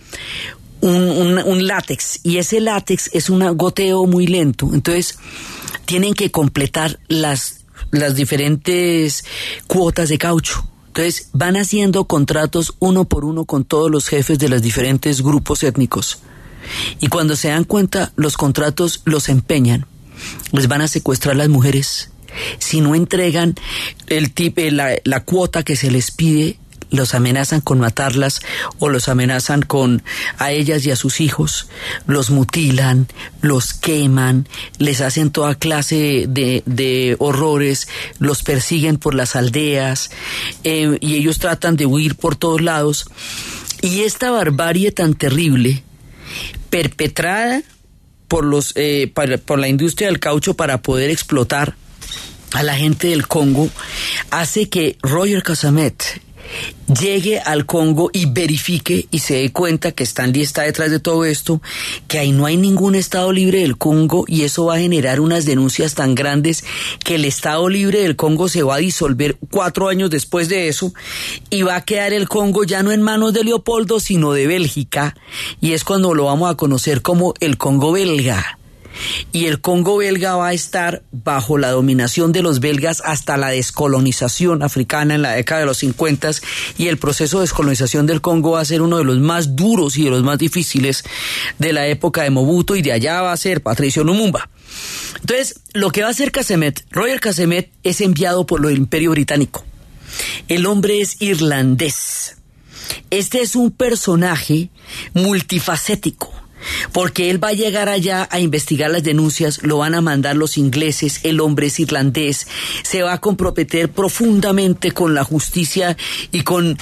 látex, y ese látex es un goteo muy lento. Entonces tienen que completar las diferentes cuotas de caucho. Entonces van haciendo contratos uno por uno con todos los jefes de los diferentes grupos étnicos. Y cuando se dan cuenta, los contratos los empeñan. Les van a secuestrar las mujeres. Si no entregan la cuota que se les pide, los amenazan con matarlas o los amenazan a ellas y a sus hijos, los mutilan, los queman, les hacen toda clase de horrores, los persiguen por las aldeas y ellos tratan de huir por todos lados. Y esta barbarie tan terrible, perpetrada por la industria del caucho para poder explotar a la gente del Congo, hace que Roger Casamet llegue al Congo y verifique y se dé cuenta que Stanley está detrás de todo esto, que ahí no hay ningún Estado libre del Congo, y eso va a generar unas denuncias tan grandes que el Estado libre del Congo se va a disolver 4 años después de eso y va a quedar el Congo ya no en manos de Leopoldo sino de Bélgica, y es cuando lo vamos a conocer como el Congo belga. Y el Congo belga va a estar bajo la dominación de los belgas hasta la descolonización africana en la década de los 50, y el proceso de descolonización del Congo va a ser uno de los más duros y de los más difíciles de la época de Mobutu, y de allá va a ser Patricio Lumumba. Entonces, lo que va a hacer Casamet, Roger Casamet, es enviado por el Imperio Británico. El hombre es irlandés. Este es un personaje multifacético. porque él va a llegar allá a investigar las denuncias, lo van a mandar los ingleses, el hombre es irlandés, se va a comprometer profundamente con la justicia y con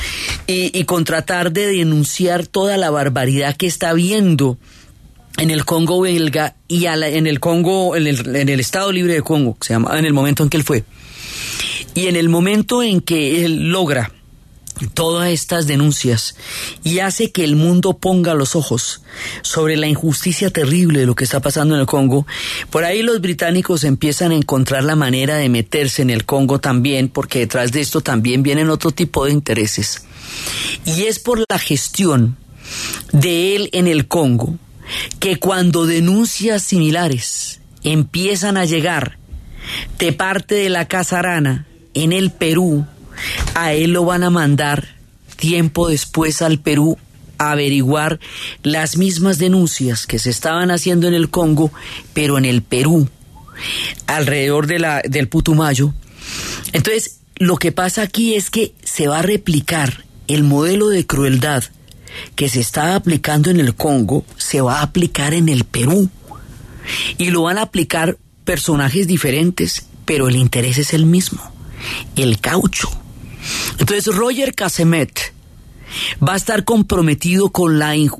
tratar de denunciar toda la barbaridad que está viendo en el Congo belga y en el Congo, en el Estado Libre de Congo, que se llama, en el momento en que él fue. Y en el momento en que él logra todas estas denuncias y hace que el mundo ponga los ojos sobre la injusticia terrible de lo que está pasando en el Congo, por ahí los británicos empiezan a encontrar la manera de meterse en el Congo también, porque detrás de esto también vienen otro tipo de intereses. Y es por la gestión de él en el Congo que cuando denuncias similares empiezan a llegar de parte de la Casa Arana en el Perú, a él lo van a mandar tiempo después al Perú a averiguar las mismas denuncias que se estaban haciendo en el Congo, pero en el Perú, alrededor del Putumayo. Entonces, lo que pasa aquí es que se va a replicar el modelo de crueldad que se está aplicando en el Congo, se va a aplicar en el Perú. Y lo van a aplicar personajes diferentes, pero el interés es el mismo, el caucho. Entonces Roger Casemet va a estar comprometido con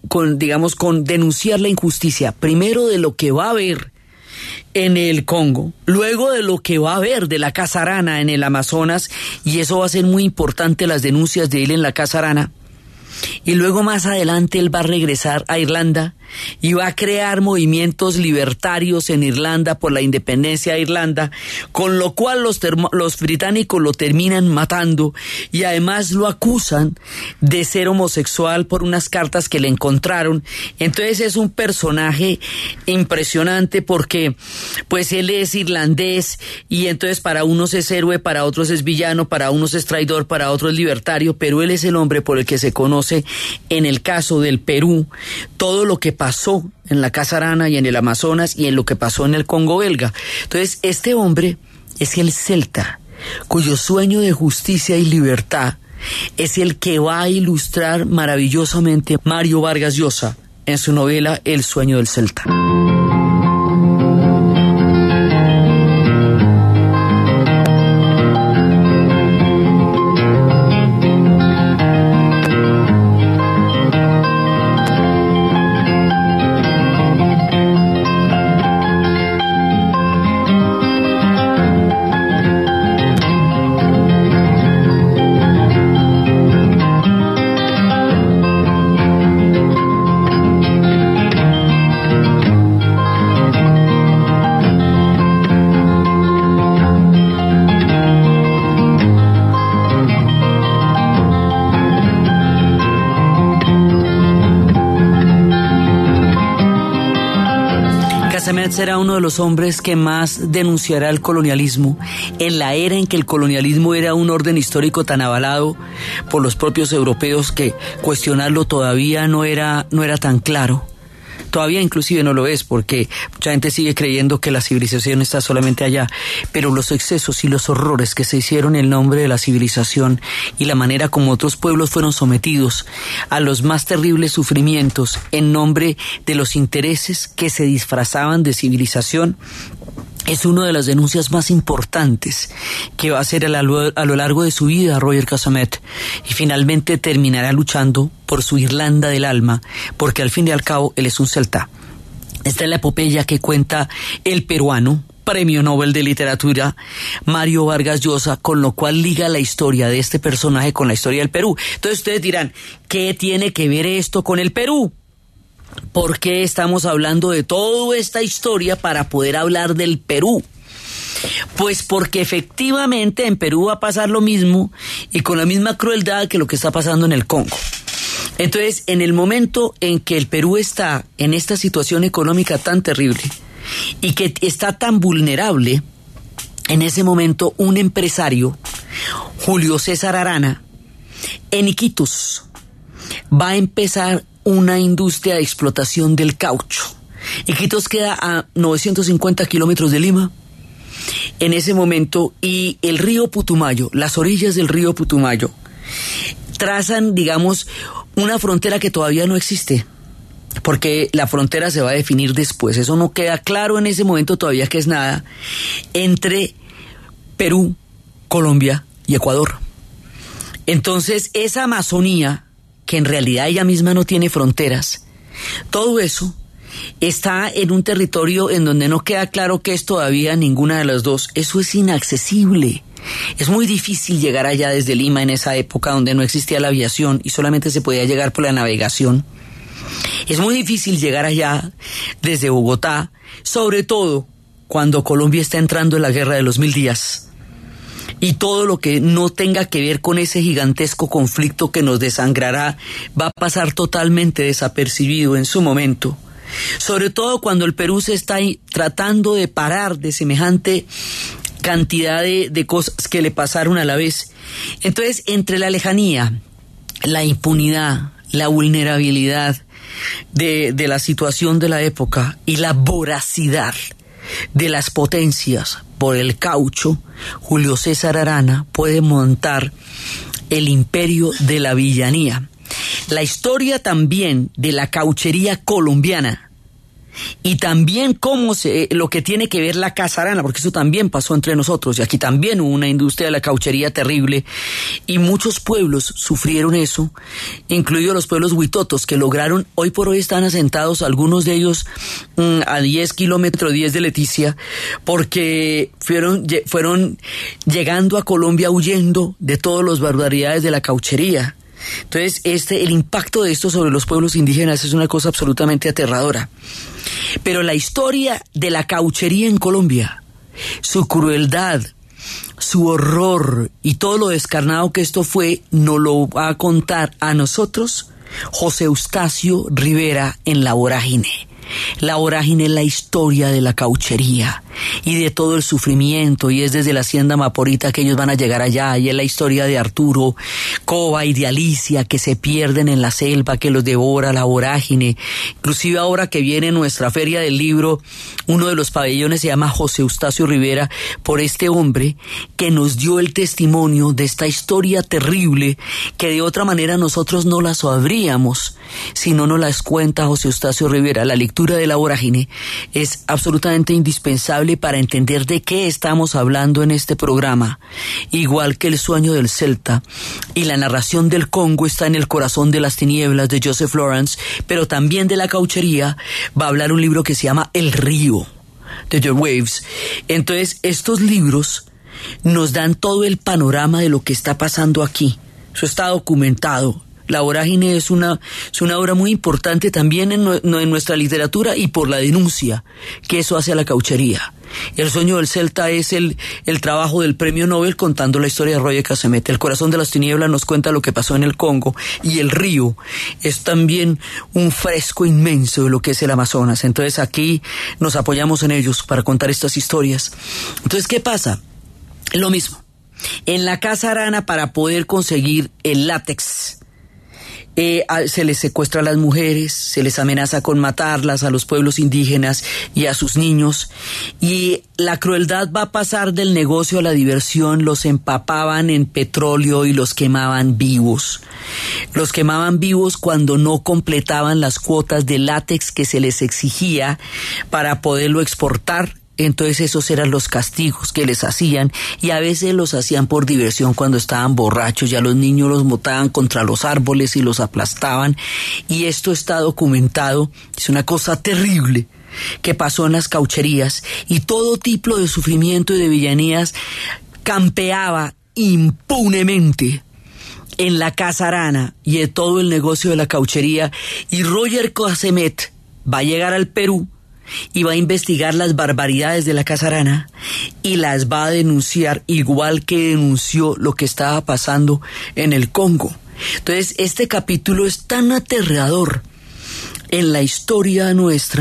denunciar la injusticia, primero de lo que va a haber en el Congo, luego de lo que va a haber de la Casa Arana en el Amazonas, y eso va a ser muy importante, las denuncias de él en la Casa Arana. Y luego más adelante él va a regresar a Irlanda y va a crear movimientos libertarios en Irlanda por la independencia de Irlanda, con lo cual los británicos lo terminan matando y además lo acusan de ser homosexual por unas cartas que le encontraron. Entonces es un personaje impresionante porque pues él es irlandés y entonces para unos es héroe, para otros es villano, para unos es traidor, para otros es libertario, pero él es el hombre por el que se conoce en el caso del Perú todo lo que pasó en la Casa Arana y en el Amazonas y en lo que pasó en el Congo belga. Entonces, este hombre es el celta, cuyo sueño de justicia y libertad es el que va a ilustrar maravillosamente Mario Vargas Llosa en su novela El sueño del celta. Será uno de los hombres que más denunciará el colonialismo en la era en que el colonialismo era un orden histórico tan avalado por los propios europeos que cuestionarlo todavía no era tan claro. Todavía inclusive no lo es, porque mucha gente sigue creyendo que la civilización está solamente allá, pero los excesos y los horrores que se hicieron en nombre de la civilización y la manera como otros pueblos fueron sometidos a los más terribles sufrimientos en nombre de los intereses que se disfrazaban de civilización, es una de las denuncias más importantes que va a hacer a lo largo de su vida Roger Casamet, y finalmente terminará luchando por su Irlanda del alma, porque al fin y al cabo él es un celta. Esta es la epopeya que cuenta el peruano, Premio Nobel de Literatura, Mario Vargas Llosa, con lo cual liga la historia de este personaje con la historia del Perú. Entonces ustedes dirán, ¿qué tiene que ver esto con el Perú? ¿Por qué estamos hablando de toda esta historia para poder hablar del Perú? Pues porque efectivamente en Perú va a pasar lo mismo y con la misma crueldad que lo que está pasando en el Congo. Entonces, en el momento en que el Perú está en esta situación económica tan terrible y que está tan vulnerable, en ese momento un empresario, Julio César Arana, en Iquitos, va a empezar una industria de explotación del caucho. Iquitos queda a 950 kilómetros de Lima en ese momento, y el río Putumayo, las orillas del río Putumayo, trazan, digamos, una frontera que todavía no existe porque la frontera se va a definir después, eso no queda claro en ese momento todavía que es nada, entre Perú, Colombia y Ecuador. Entonces esa Amazonía, que en realidad ella misma no tiene fronteras, todo eso está en un territorio en donde no queda claro que es todavía ninguna de las dos. Eso es inaccesible. Es muy difícil llegar allá desde Lima en esa época donde no existía la aviación y solamente se podía llegar por la navegación. Es muy difícil llegar allá desde Bogotá, sobre todo cuando Colombia está entrando en la guerra de los 1000 días. Y todo lo que no tenga que ver con ese gigantesco conflicto que nos desangrará va a pasar totalmente desapercibido en su momento. Sobre todo cuando el Perú se está tratando de parar de semejante cantidad de cosas que le pasaron a la vez. Entonces, entre la lejanía, la impunidad, la vulnerabilidad de la situación de la época y la voracidad de las potencias por el caucho, Julio César Arana puede montar el imperio de la villanía. La historia también de la cauchería colombiana y también lo que tiene que ver la Casa Arana, porque eso también pasó entre nosotros y aquí también hubo una industria de la cauchería terrible y muchos pueblos sufrieron eso, incluidos los pueblos huitotos que lograron, hoy por hoy están asentados algunos de ellos a 10 kilómetros de Leticia, porque fueron llegando a Colombia huyendo de todas las barbaridades de la cauchería. Entonces, el impacto de esto sobre los pueblos indígenas es una cosa absolutamente aterradora. Pero la historia de la cauchería en Colombia, su crueldad, su horror y todo lo descarnado que esto fue, nos lo va a contar a nosotros José Eustacio Rivera en La Vorágine. La Vorágine es la historia de la cauchería y de todo el sufrimiento, y es desde la hacienda Maporita que ellos van a llegar allá, y es la historia de Arturo, Coba y de Alicia que se pierden en la selva, que los devora la vorágine. Inclusive ahora que viene nuestra feria del libro, uno de los pabellones se llama José Eustacio Rivera, por este hombre que nos dio el testimonio de esta historia terrible que de otra manera nosotros no la sabríamos si no nos las cuenta José Eustacio Rivera. La lectura de La Vorágine es absolutamente indispensable para entender de qué estamos hablando en este programa, igual que El sueño del Celta y la narración del Congo está en El corazón de las tinieblas de Joseph Lawrence, pero también de la cauchería va a hablar un libro que se llama El río de The Waves. Entonces estos libros nos dan todo el panorama de lo que está pasando aquí. Eso está documentado. La Vorágine es una obra muy importante también en nuestra literatura y por la denuncia que eso hace a la cauchería. El sueño del Celta es el trabajo del premio Nobel contando la historia de Roger Casemete. El corazón de las tinieblas nos cuenta lo que pasó en el Congo, y El río es también un fresco inmenso de lo que es el Amazonas. Entonces aquí nos apoyamos en ellos para contar estas historias. Entonces, ¿qué pasa? Lo mismo. En la Casa Arana, para poder conseguir el látex, se les secuestra a las mujeres, se les amenaza con matarlas, a los pueblos indígenas y a sus niños, y la crueldad va a pasar del negocio a la diversión. Los empapaban en petróleo y los quemaban vivos. Los quemaban vivos cuando no completaban las cuotas de látex que se les exigía para poderlo exportar. Entonces esos eran los castigos que les hacían, y a veces los hacían por diversión cuando estaban borrachos, y a los niños los botaban contra los árboles y los aplastaban, y esto está documentado. Es una cosa terrible que pasó en las caucherías, y todo tipo de sufrimiento y de villanías campeaba impunemente en la Casa Arana y de todo el negocio de la cauchería. Y Roger Casemete va a llegar al Perú y va a investigar las barbaridades de la Casa Arana y las va a denunciar, igual que denunció lo que estaba pasando en el Congo. Entonces, este capítulo es tan aterrador en la historia nuestra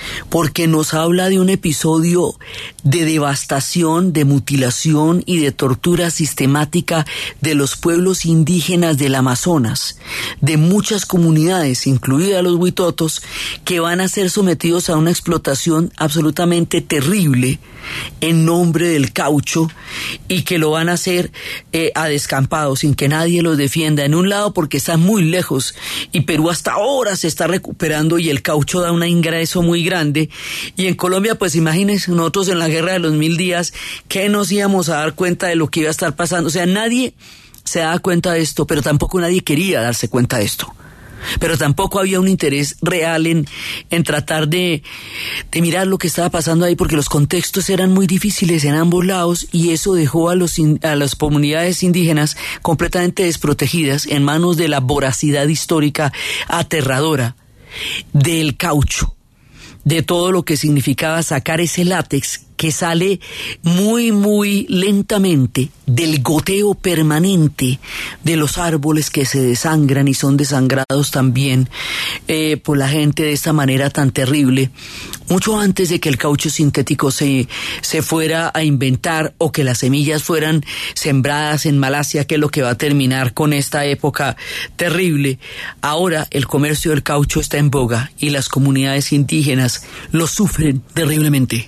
porque nos habla de un episodio de devastación, de mutilación y de tortura sistemática de los pueblos indígenas del Amazonas, de muchas comunidades, incluidas los huitotos, que van a ser sometidos a una explotación absolutamente terrible en nombre del caucho, y que lo van a hacer a descampado, sin que nadie los defienda. En un lado porque están muy lejos y Perú hasta ahora se está recuperando y el caucho da un ingreso muy grande, y en Colombia pues imagínense, nosotros en la guerra de los 1000 días, ¿qué nos íbamos a dar cuenta de lo que iba a estar pasando? O sea, nadie se daba cuenta de esto, pero tampoco nadie quería darse cuenta de esto. Pero tampoco había un interés real en tratar de mirar lo que estaba pasando ahí, porque los contextos eran muy difíciles en ambos lados, y eso dejó a las comunidades indígenas completamente desprotegidas en manos de la voracidad histórica aterradora del caucho, de todo lo que significaba sacar ese látex que sale muy, muy lentamente del goteo permanente de los árboles que se desangran y son desangrados también por la gente de esta manera tan terrible, mucho antes de que el caucho sintético se fuera a inventar, o que las semillas fueran sembradas en Malasia, que es lo que va a terminar con esta época terrible. Ahora el comercio del caucho está en boga y las comunidades indígenas lo sufren terriblemente.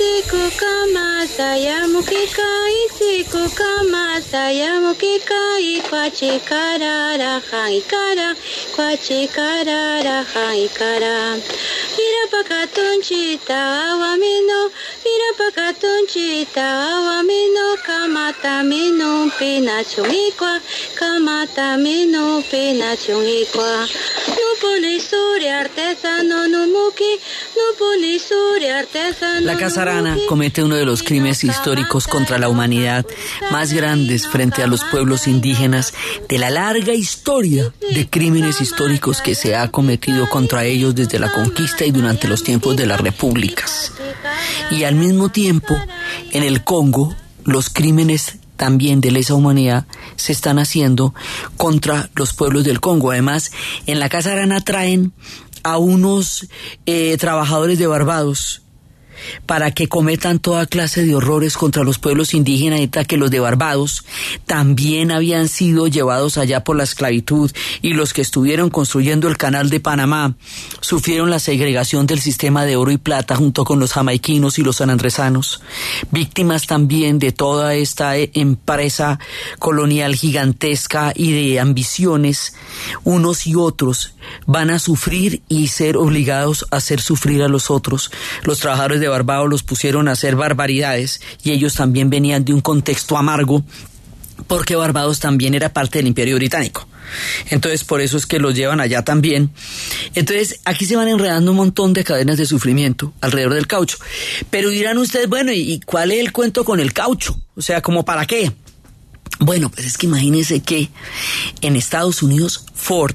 Kama sayamukika isiku kama sayamukika ikwache karara haikara kwache karara haikara mira pakatunchita awamino mira pakatunchita awamino kamata mino pena chungikwa kamata mino pena chungikwa no pone historia artesano no muki no pone historia artesano. La Casa Arana comete uno de los crímenes históricos contra la humanidad más grandes frente a los pueblos indígenas de la larga historia de crímenes históricos que se ha cometido contra ellos desde la conquista y durante los tiempos de las repúblicas. Y al mismo tiempo, en el Congo, los crímenes también de lesa humanidad se están haciendo contra los pueblos del Congo. Además, en la Casa Arana traen a unos trabajadores de Barbados para que cometan toda clase de horrores contra los pueblos indígenas, y que los de Barbados también habían sido llevados allá por la esclavitud, y los que estuvieron construyendo el canal de Panamá sufrieron la segregación del sistema de oro y plata junto con los jamaiquinos y los sanandresanos, víctimas también de toda esta empresa colonial gigantesca y de ambiciones. Unos y otros van a sufrir y ser obligados a hacer sufrir a los otros. Los trabajadores de Barbados los pusieron a hacer barbaridades, y ellos también venían de un contexto amargo, porque Barbados también era parte del Imperio Británico. Entonces por eso es que los llevan allá también. Entonces aquí se van enredando un montón de cadenas de sufrimiento alrededor del caucho. Pero dirán ustedes, bueno, ¿y cuál es el cuento con el caucho? O sea, ¿como para qué? Bueno, pues es que imagínense que en Estados Unidos Ford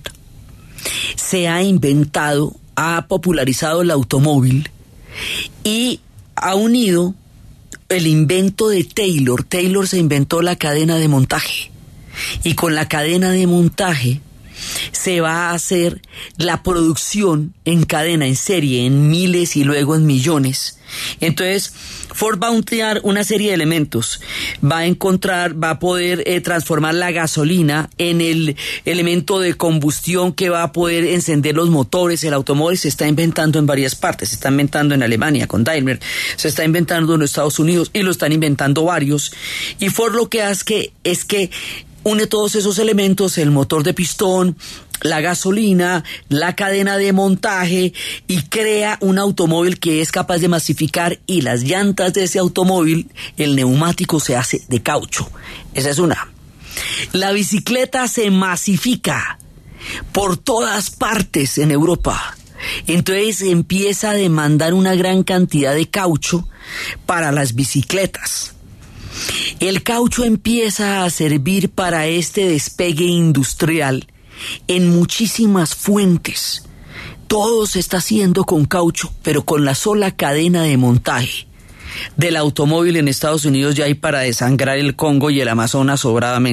se ha inventado, ha popularizado el automóvil y ha unido el invento de Taylor. Taylor se inventó la cadena de montaje, y con la cadena de montaje se va a hacer la producción en cadena, en serie, en miles y luego en millones. Entonces Ford va a emplear una serie de elementos, va a poder transformar la gasolina en el elemento de combustión que va a poder encender los motores. El automóvil se está inventando en varias partes, se está inventando en Alemania con Daimler, se está inventando en los Estados Unidos, y lo están inventando varios, y Ford lo que hace es que une todos esos elementos: el motor de pistón, la gasolina, la cadena de montaje, y crea un automóvil que es capaz de masificar. Y las llantas de ese automóvil, el neumático se hace de caucho. Esa es una. La bicicleta se masifica por todas partes en Europa. Entonces empieza a demandar una gran cantidad de caucho para las bicicletas. El caucho empieza a servir para este despegue industrial en muchísimas fuentes. Todo se está haciendo con caucho, pero con la sola cadena de montaje del automóvil en Estados Unidos ya hay para desangrar el Congo y el Amazonas sobradamente.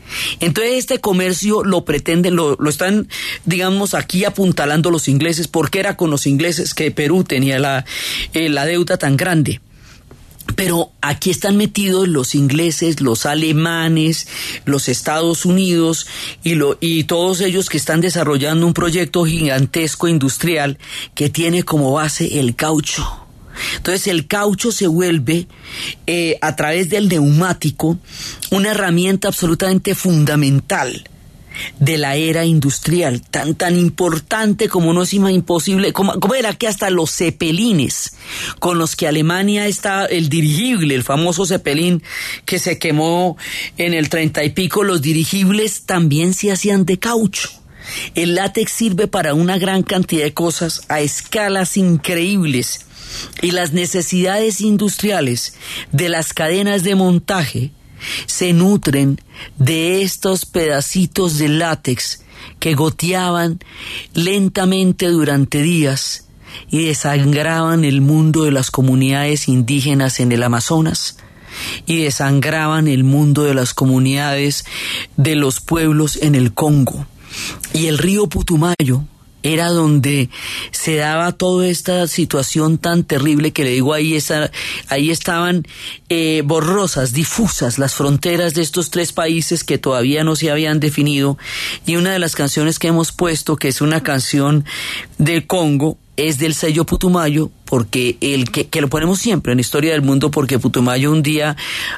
Entonces este comercio lo pretenden, lo están, digamos, aquí apuntalando los ingleses, porque era con los ingleses que Perú tenía la deuda tan grande. Pero aquí están metidos los ingleses, los alemanes, los Estados Unidos y todos ellos que están desarrollando un proyecto gigantesco industrial que tiene como base el caucho. Entonces el caucho se vuelve, a través del neumático, una herramienta absolutamente fundamental de la era industrial, tan importante como no es imposible, como era que hasta los cepelines con los que Alemania está, el dirigible, el famoso Zeppelin que se quemó en el 30 y pico, los dirigibles también se hacían de caucho. El látex sirve para una gran cantidad de cosas a escalas increíbles, y las necesidades industriales de las cadenas de montaje se nutren de estos pedacitos de látex que goteaban lentamente durante días y desangraban el mundo de las comunidades indígenas en el Amazonas y desangraban el mundo de las comunidades de los pueblos en el Congo. Y el río Putumayo era donde se daba toda esta situación tan terrible que le digo, ahí estaban borrosas, difusas las fronteras de estos tres países que todavía no se habían definido. Y una de las canciones que hemos puesto, que es una canción del Congo, es del sello Putumayo, porque que lo ponemos siempre en Historia del Mundo, porque Putumayo un día,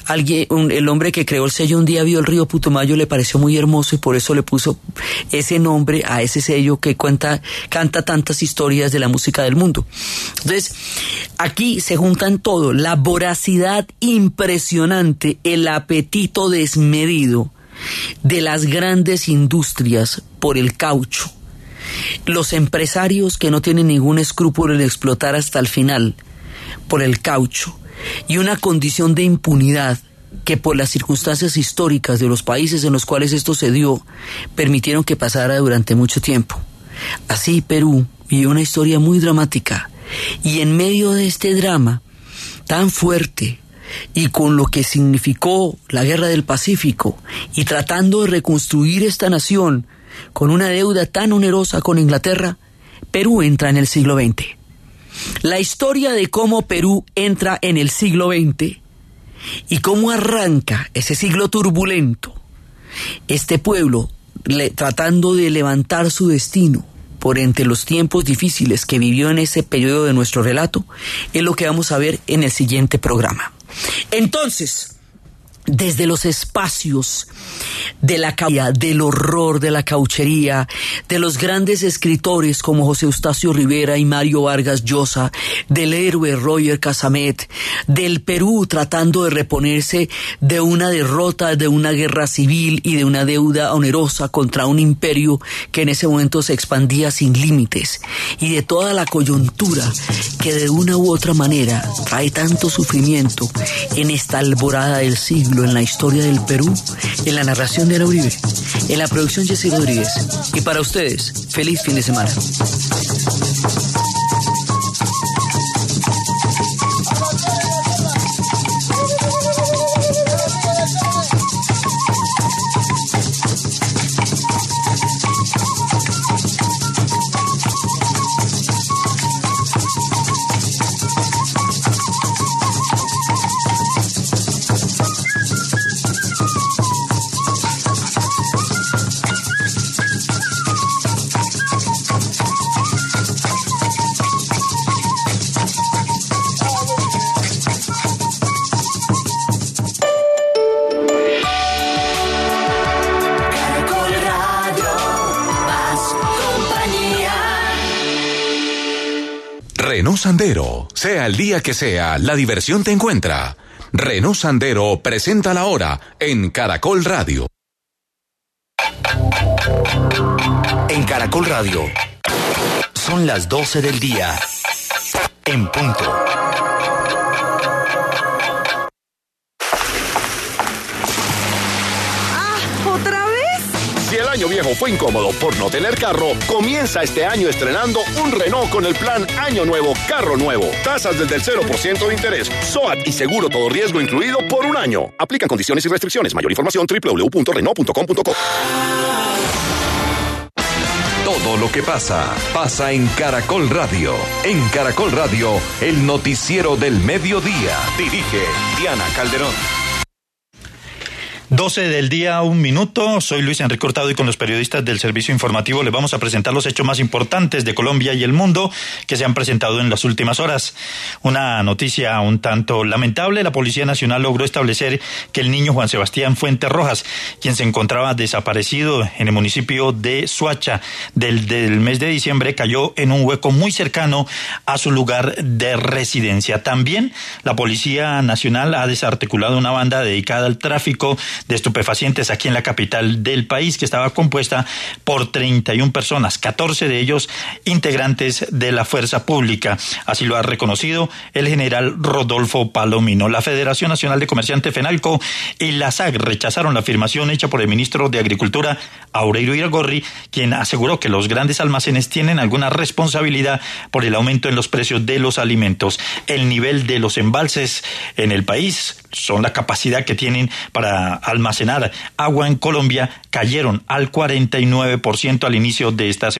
el hombre que creó el sello un día vio el río Putumayo, le pareció muy hermoso y por eso le puso ese nombre a ese sello que canta tantas historias de la música del mundo. Entonces, aquí se juntan todo, la voracidad impresionante, el apetito desmedido de las grandes industrias por el caucho, los empresarios que no tienen ningún escrúpulo en explotar hasta el final por el caucho, y una condición de impunidad que por las circunstancias históricas de los países en los cuales esto se dio permitieron que pasara durante mucho tiempo. Así Perú vivió una historia muy dramática, y en medio de este drama tan fuerte y con lo que significó la Guerra del Pacífico, y tratando de reconstruir esta nación con una deuda tan onerosa con Inglaterra, Perú entra en el siglo XX. La historia de cómo Perú entra en el siglo XX y cómo arranca ese siglo turbulento, este pueblo tratando de levantar su destino por entre los tiempos difíciles que vivió en ese periodo de nuestro relato, es lo que vamos a ver en el siguiente programa. Entonces, desde los espacios de la calle, del horror de la cauchería, de los grandes escritores como José Eustacio Rivera y Mario Vargas Llosa, del héroe Roger Casamet, del Perú tratando de reponerse de una derrota, de una guerra civil y de una deuda onerosa contra un imperio que en ese momento se expandía sin límites, y de toda la coyuntura que de una u otra manera trae tanto sufrimiento en esta alborada del siglo, en la historia del Perú, en la narración de Ana Uribe, en la producción Jessy Rodríguez. Y para ustedes, feliz fin de semana. Renault Sandero. Sea el día que sea, la diversión te encuentra. Renault Sandero presenta la hora en Caracol Radio. En Caracol Radio son las 12 del día. En punto. ¿Otra vez? Si el año viejo fue incómodo por no tener carro, comienza este año estrenando un Renault con el plan Año Nuevo, Carro Nuevo. Tasas desde el 0% de interés, SOAT y seguro todo riesgo incluido por un año. Aplican condiciones y restricciones. Mayor información www.renault.com.co. Todo lo que pasa, pasa en Caracol Radio. En Caracol Radio, el noticiero del mediodía. Dirige Diana Calderón. 12 del día, 1 minuto. Soy Luis Enrique Hurtado y con los periodistas del servicio informativo les vamos a presentar los hechos más importantes de Colombia y el mundo que se han presentado en las últimas horas. Una noticia un tanto lamentable. La Policía Nacional logró establecer que el niño Juan Sebastián Fuentes Rojas, quien se encontraba desaparecido en el municipio de Soacha del mes de diciembre, cayó en un hueco muy cercano a su lugar de residencia. También la Policía Nacional ha desarticulado una banda dedicada al tráfico de estupefacientes aquí en la capital del país, que estaba compuesta por 31 personas, 14 de ellos integrantes de la fuerza pública. Así lo ha reconocido el general Rodolfo Palomino. La Federación Nacional de Comerciantes FENALCO y la SAC rechazaron la afirmación hecha por el ministro de Agricultura, Aurelio Iragorri, quien aseguró que los grandes almacenes tienen alguna responsabilidad por el aumento en los precios de los alimentos. El nivel de los embalses en el país, son la capacidad que tienen para almacenar agua en Colombia, cayeron al 49% al inicio de esta semana.